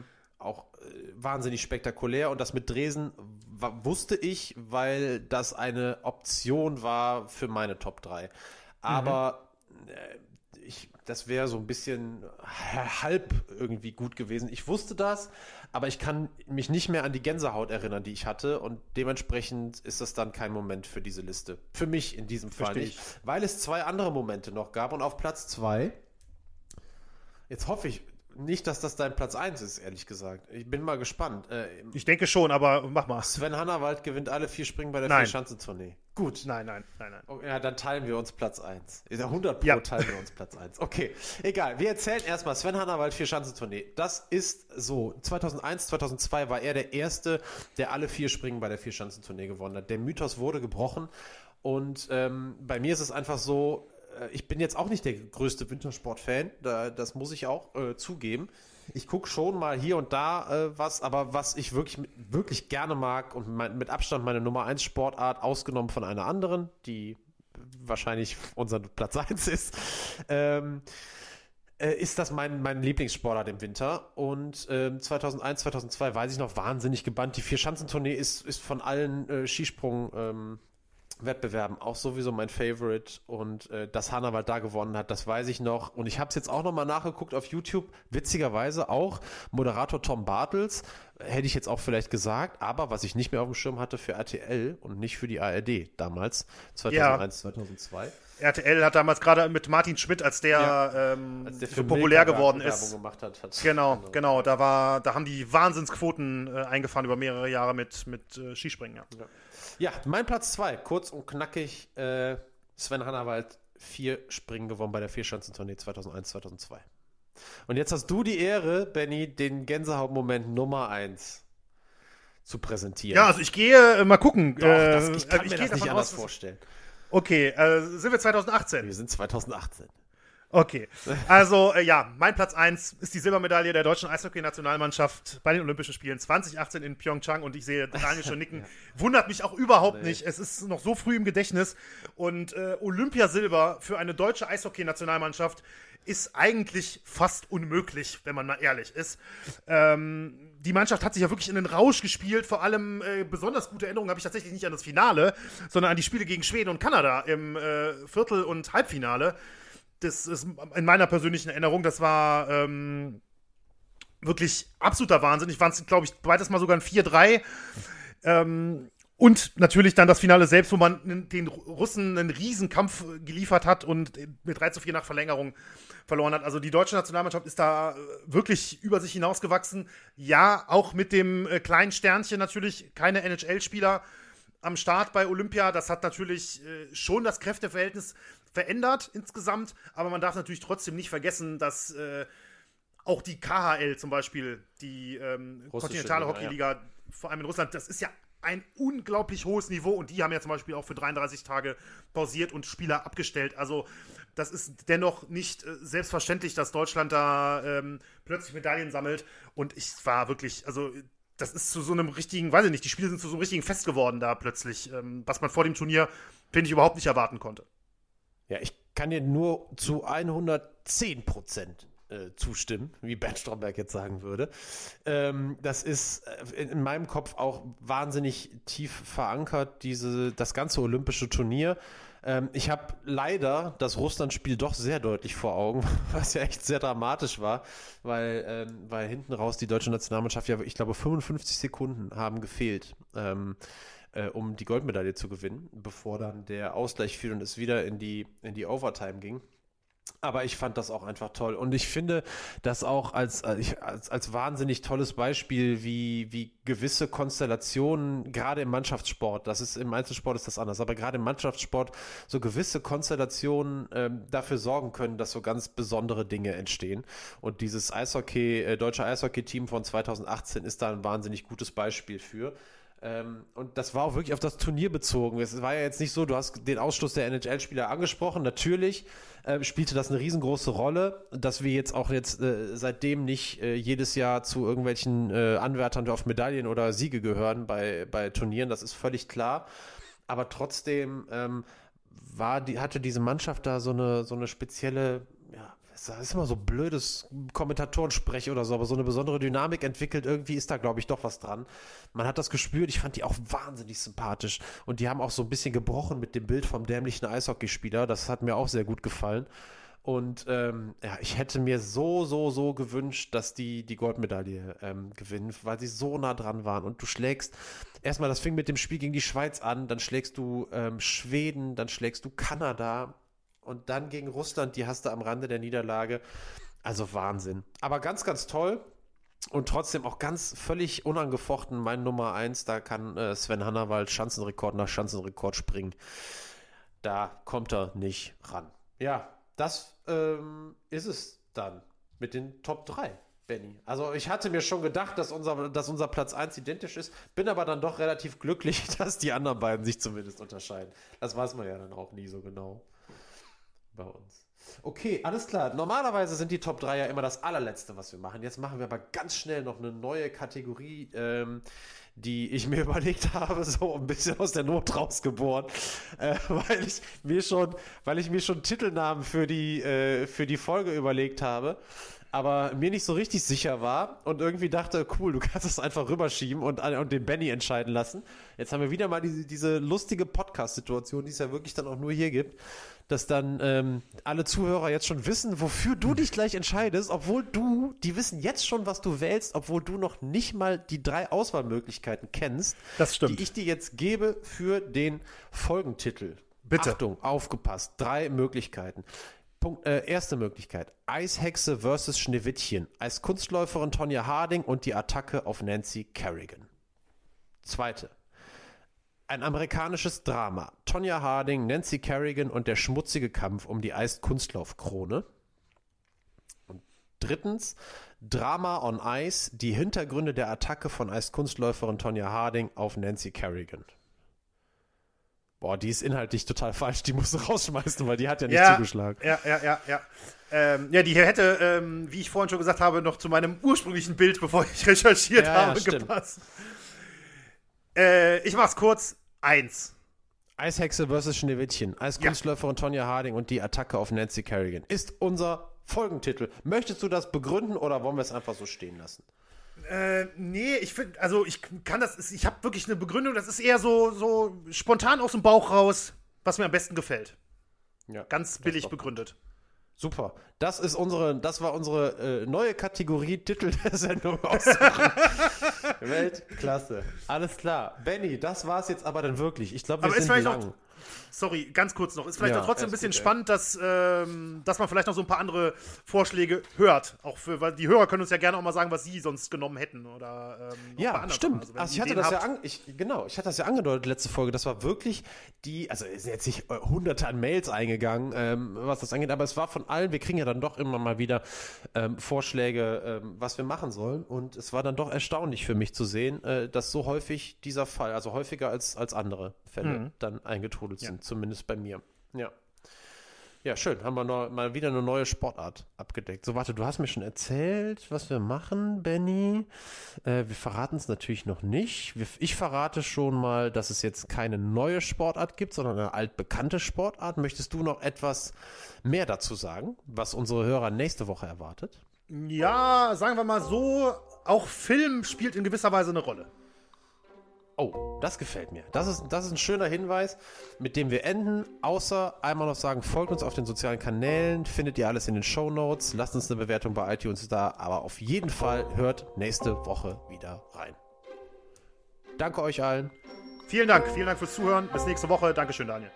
S2: wahnsinnig spektakulär. Und das mit Dresen wusste ich, weil das eine Option war für meine Top 3. Aber das wäre so ein bisschen halb irgendwie gut gewesen. Ich wusste das, aber ich kann mich nicht mehr an die Gänsehaut erinnern, die ich hatte. Und dementsprechend ist das dann kein Moment für diese Liste. Für mich in diesem Fall nicht. Weil es 2 andere Momente noch gab. Und auf Platz 2, jetzt hoffe ich nicht, dass das dein Platz 1 ist, ehrlich gesagt. Ich bin mal gespannt.
S1: Ich denke schon, aber mach mal.
S2: Sven Hannawald gewinnt alle 4 Springen bei der 4-Schanzentournee. Gut.
S1: Nein.
S2: Oh, ja, dann teilen wir uns Platz 1. 100 Pro teilen wir uns Platz 1. Okay, egal. Wir erzählen erstmal Sven Hannawald 4-Schanzentournee. Das ist so. 2001, 2002 war er der Erste, der alle 4 Springen bei der 4-Schanzentournee gewonnen hat. Der Mythos wurde gebrochen und bei mir ist es einfach so, ich bin jetzt auch nicht der größte Wintersport-Fan, das muss ich auch zugeben. Ich gucke schon mal hier und da was, aber was ich wirklich gerne mag und mit Abstand meine Nummer 1 Sportart, ausgenommen von einer anderen, die wahrscheinlich unser Platz 1 ist, ist das mein Lieblingssportart im Winter. Und 2001, 2002 weiß ich noch wahnsinnig gebannt. Die 4-Schanzentournee ist von allen Skisprung Wettbewerben auch sowieso mein Favorite und dass Hannawald da gewonnen hat, das weiß ich noch und ich habe es jetzt auch nochmal nachgeguckt auf YouTube, witzigerweise auch Moderator Tom Bartels, hätte ich jetzt auch vielleicht gesagt, aber was ich nicht mehr auf dem Schirm hatte für RTL und nicht für die ARD damals, 2001, 2002.
S1: RTL hat damals gerade mit Martin Schmidt, als der so populär geworden ist,
S2: gemacht hat.
S1: Genau, da haben die Wahnsinnsquoten eingefahren über mehrere Jahre mit Skispringen.
S2: Ja, mein Platz 2, kurz und knackig, Sven Hannawald, 4 Springen gewonnen bei der 4-Schanzentournee 2001, 2002. Und jetzt hast du die Ehre, Benny, den Gänsehautmoment Nummer 1 zu präsentieren.
S1: Ja, also ich gehe mal gucken.
S2: Doch, ich kann mir das nicht anders vorstellen.
S1: Okay, sind wir 2018?
S2: Wir sind 2018.
S1: Okay, also mein Platz 1 ist die Silbermedaille der deutschen Eishockey-Nationalmannschaft bei den Olympischen Spielen 2018 in Pyeongchang und ich sehe Daniel schon nicken. Wundert mich auch überhaupt nicht, es ist noch so früh im Gedächtnis und Olympiasilber für eine deutsche Eishockey-Nationalmannschaft ist eigentlich fast unmöglich, wenn man mal ehrlich ist. Die Mannschaft hat sich ja wirklich in den Rausch gespielt, vor allem besonders gute Erinnerungen habe ich tatsächlich nicht an das Finale, sondern an die Spiele gegen Schweden und Kanada im Viertel- und Halbfinale. Das ist in meiner persönlichen Erinnerung, das war wirklich absoluter Wahnsinn. Ich fand es, glaube ich, beides mal sogar ein 4-3. Und natürlich dann das Finale selbst, wo man den Russen einen Riesenkampf geliefert hat und mit 3:4 nach Verlängerung verloren hat. Also die deutsche Nationalmannschaft ist da wirklich über sich hinausgewachsen. Ja, auch mit dem kleinen Sternchen natürlich, keine NHL-Spieler am Start bei Olympia. Das hat natürlich schon das Kräfteverhältnis verändert insgesamt. Aber man darf natürlich trotzdem nicht vergessen, dass auch die KHL zum Beispiel, die kontinentale Hockeyliga, vor allem in Russland, das ist ja ein unglaublich hohes Niveau und die haben ja zum Beispiel auch für 33 Tage pausiert und Spieler abgestellt. Also das ist dennoch nicht selbstverständlich, dass Deutschland da plötzlich Medaillen sammelt und ich war wirklich, also das ist zu so einem richtigen, weiß ich nicht, die Spiele sind zu so einem richtigen Fest geworden da plötzlich, was man vor dem Turnier, finde ich, überhaupt nicht erwarten konnte.
S2: Ja, ich kann dir nur zu 110% zustimmen, wie Bernd Stromberg jetzt sagen würde. Das ist in meinem Kopf auch wahnsinnig tief verankert, das ganze olympische Turnier. Ich habe leider das Russland-Spiel doch sehr deutlich vor Augen, was ja echt sehr dramatisch war, weil hinten raus die deutsche Nationalmannschaft ja, ich glaube, 55 Sekunden haben gefehlt, um die Goldmedaille zu gewinnen, bevor dann der Ausgleich fiel und es wieder in die Overtime ging. Aber ich fand das auch einfach toll und ich finde das auch als wahnsinnig tolles Beispiel, wie gewisse Konstellationen, gerade im Mannschaftssport, im Einzelsport ist das anders, aber gerade im Mannschaftssport so gewisse Konstellationen dafür sorgen können, dass so ganz besondere Dinge entstehen und dieses deutsche Eishockey-Team von 2018 ist da ein wahnsinnig gutes Beispiel für. Und das war auch wirklich auf das Turnier bezogen. Es war ja jetzt nicht so, du hast den Ausschluss der NHL-Spieler angesprochen. Natürlich spielte das eine riesengroße Rolle, dass wir jetzt seitdem nicht jedes Jahr zu irgendwelchen Anwärtern auf Medaillen oder Siege gehören bei Turnieren. Das ist völlig klar. Aber trotzdem hatte diese Mannschaft da so eine spezielle, ja, das ist immer so blödes Kommentatorensprech oder so, aber so eine besondere Dynamik entwickelt. Irgendwie ist da, glaube ich, doch was dran. Man hat das gespürt, ich fand die auch wahnsinnig sympathisch und die haben auch so ein bisschen gebrochen mit dem Bild vom dämlichen Eishockeyspieler. Das hat mir auch sehr gut gefallen. Und ich hätte mir so gewünscht, dass die Goldmedaille gewinnen, weil sie so nah dran waren. Und du schlägst, erstmal, das fing mit dem Spiel gegen die Schweiz an, dann schlägst du Schweden, dann schlägst du Kanada, und dann gegen Russland, die hast du am Rande der Niederlage. Also Wahnsinn. Aber ganz, ganz toll. Und trotzdem auch ganz völlig unangefochten mein Nummer 1. Da kann Sven Hannawald Schanzenrekord nach Schanzenrekord springen. Da kommt er nicht ran. Ja, das ist es dann mit den Top 3, Benni. Also ich hatte mir schon gedacht, dass unser Platz 1 identisch ist. Bin aber dann doch relativ glücklich, dass die anderen beiden sich zumindest unterscheiden. Das weiß man ja dann auch nie so genau bei uns. Okay, alles klar. Normalerweise sind die Top 3 ja immer das allerletzte, was wir machen. Jetzt machen wir aber ganz schnell noch eine neue Kategorie, die ich mir überlegt habe, so ein bisschen aus der Not rausgeboren, weil ich mir schon Titelnamen für die Folge überlegt habe, aber mir nicht so richtig sicher war und irgendwie dachte, cool, du kannst es einfach rüberschieben und den Benny entscheiden lassen. Jetzt haben wir wieder mal diese lustige Podcast-Situation, die es ja wirklich dann auch nur hier gibt, dass dann alle Zuhörer jetzt schon wissen, wofür du dich gleich entscheidest, obwohl die wissen jetzt schon, was du wählst, obwohl du noch nicht mal die 3 Auswahlmöglichkeiten kennst,
S1: das stimmt,
S2: die ich dir jetzt gebe für den Folgentitel.
S1: Bitte.
S2: Achtung, aufgepasst, 3 Möglichkeiten. Erste Möglichkeit, Eishexe versus Schneewittchen, Eiskunstläuferin Tonya Harding und die Attacke auf Nancy Kerrigan. Zweite, ein amerikanisches Drama, Tonya Harding, Nancy Kerrigan und der schmutzige Kampf um die Eiskunstlaufkrone. Und drittens, Drama on Ice, die Hintergründe der Attacke von Eiskunstläuferin Tonya Harding auf Nancy Kerrigan. Boah, die ist inhaltlich total falsch, die musst du rausschmeißen, weil die hat ja nicht zugeschlagen.
S1: Ja, die hätte, wie ich vorhin schon gesagt habe, noch zu meinem ursprünglichen Bild, bevor ich recherchiert habe, gepasst. Ich mach's kurz. 1.
S2: Eishexe versus Schneewittchen, Eiskunstläuferin Tonya Harding und die Attacke auf Nancy Kerrigan ist unser Folgentitel. Möchtest du das begründen oder wollen wir es einfach so stehen lassen?
S1: Nee, ich finde, also ich habe wirklich eine Begründung, das ist eher so spontan aus dem Bauch raus, was mir am besten gefällt. Ja, ganz billig begründet.
S2: Super. Das war unsere neue Kategorie, Titel der Sendung aussuchen. Weltklasse. Alles klar. Benny, das war's jetzt aber dann wirklich. Ich glaube, wir sind lang.
S1: Sorry, ganz kurz noch. Ist vielleicht auch trotzdem ein bisschen spannend, dass man vielleicht noch so ein paar andere Vorschläge hört. Weil die Hörer können uns ja gerne auch mal sagen, was sie sonst genommen hätten. Oder,
S2: ja, stimmt. Also ich hatte das ja angedeutet, letzte Folge. Das war wirklich es sind jetzt nicht hunderte an Mails eingegangen, was das angeht, aber es war von allen, wir kriegen ja dann doch immer mal wieder Vorschläge, was wir machen sollen. Und es war dann doch erstaunlich für mich zu sehen, dass so häufig dieser Fall, also häufiger als andere Fälle dann eingetrudelt sind, zumindest bei mir. Ja. Ja, schön. Haben wir mal wieder eine neue Sportart abgedeckt. So, warte, du hast mir schon erzählt, was wir machen, Benny. Wir verraten es natürlich noch nicht. Ich verrate schon mal, dass es jetzt keine neue Sportart gibt, sondern eine altbekannte Sportart. Möchtest du noch etwas mehr dazu sagen, was unsere Hörer nächste Woche erwartet?
S1: Ja, sagen wir mal so, auch Film spielt in gewisser Weise eine Rolle.
S2: Oh, das gefällt mir. Das ist ein schöner Hinweis, mit dem wir enden. Außer einmal noch sagen, folgt uns auf den sozialen Kanälen, findet ihr alles in den Shownotes, lasst uns eine Bewertung bei iTunes da, aber auf jeden Fall hört nächste Woche wieder rein. Danke euch allen.
S1: Vielen Dank fürs Zuhören. Bis nächste Woche. Dankeschön, Daniel.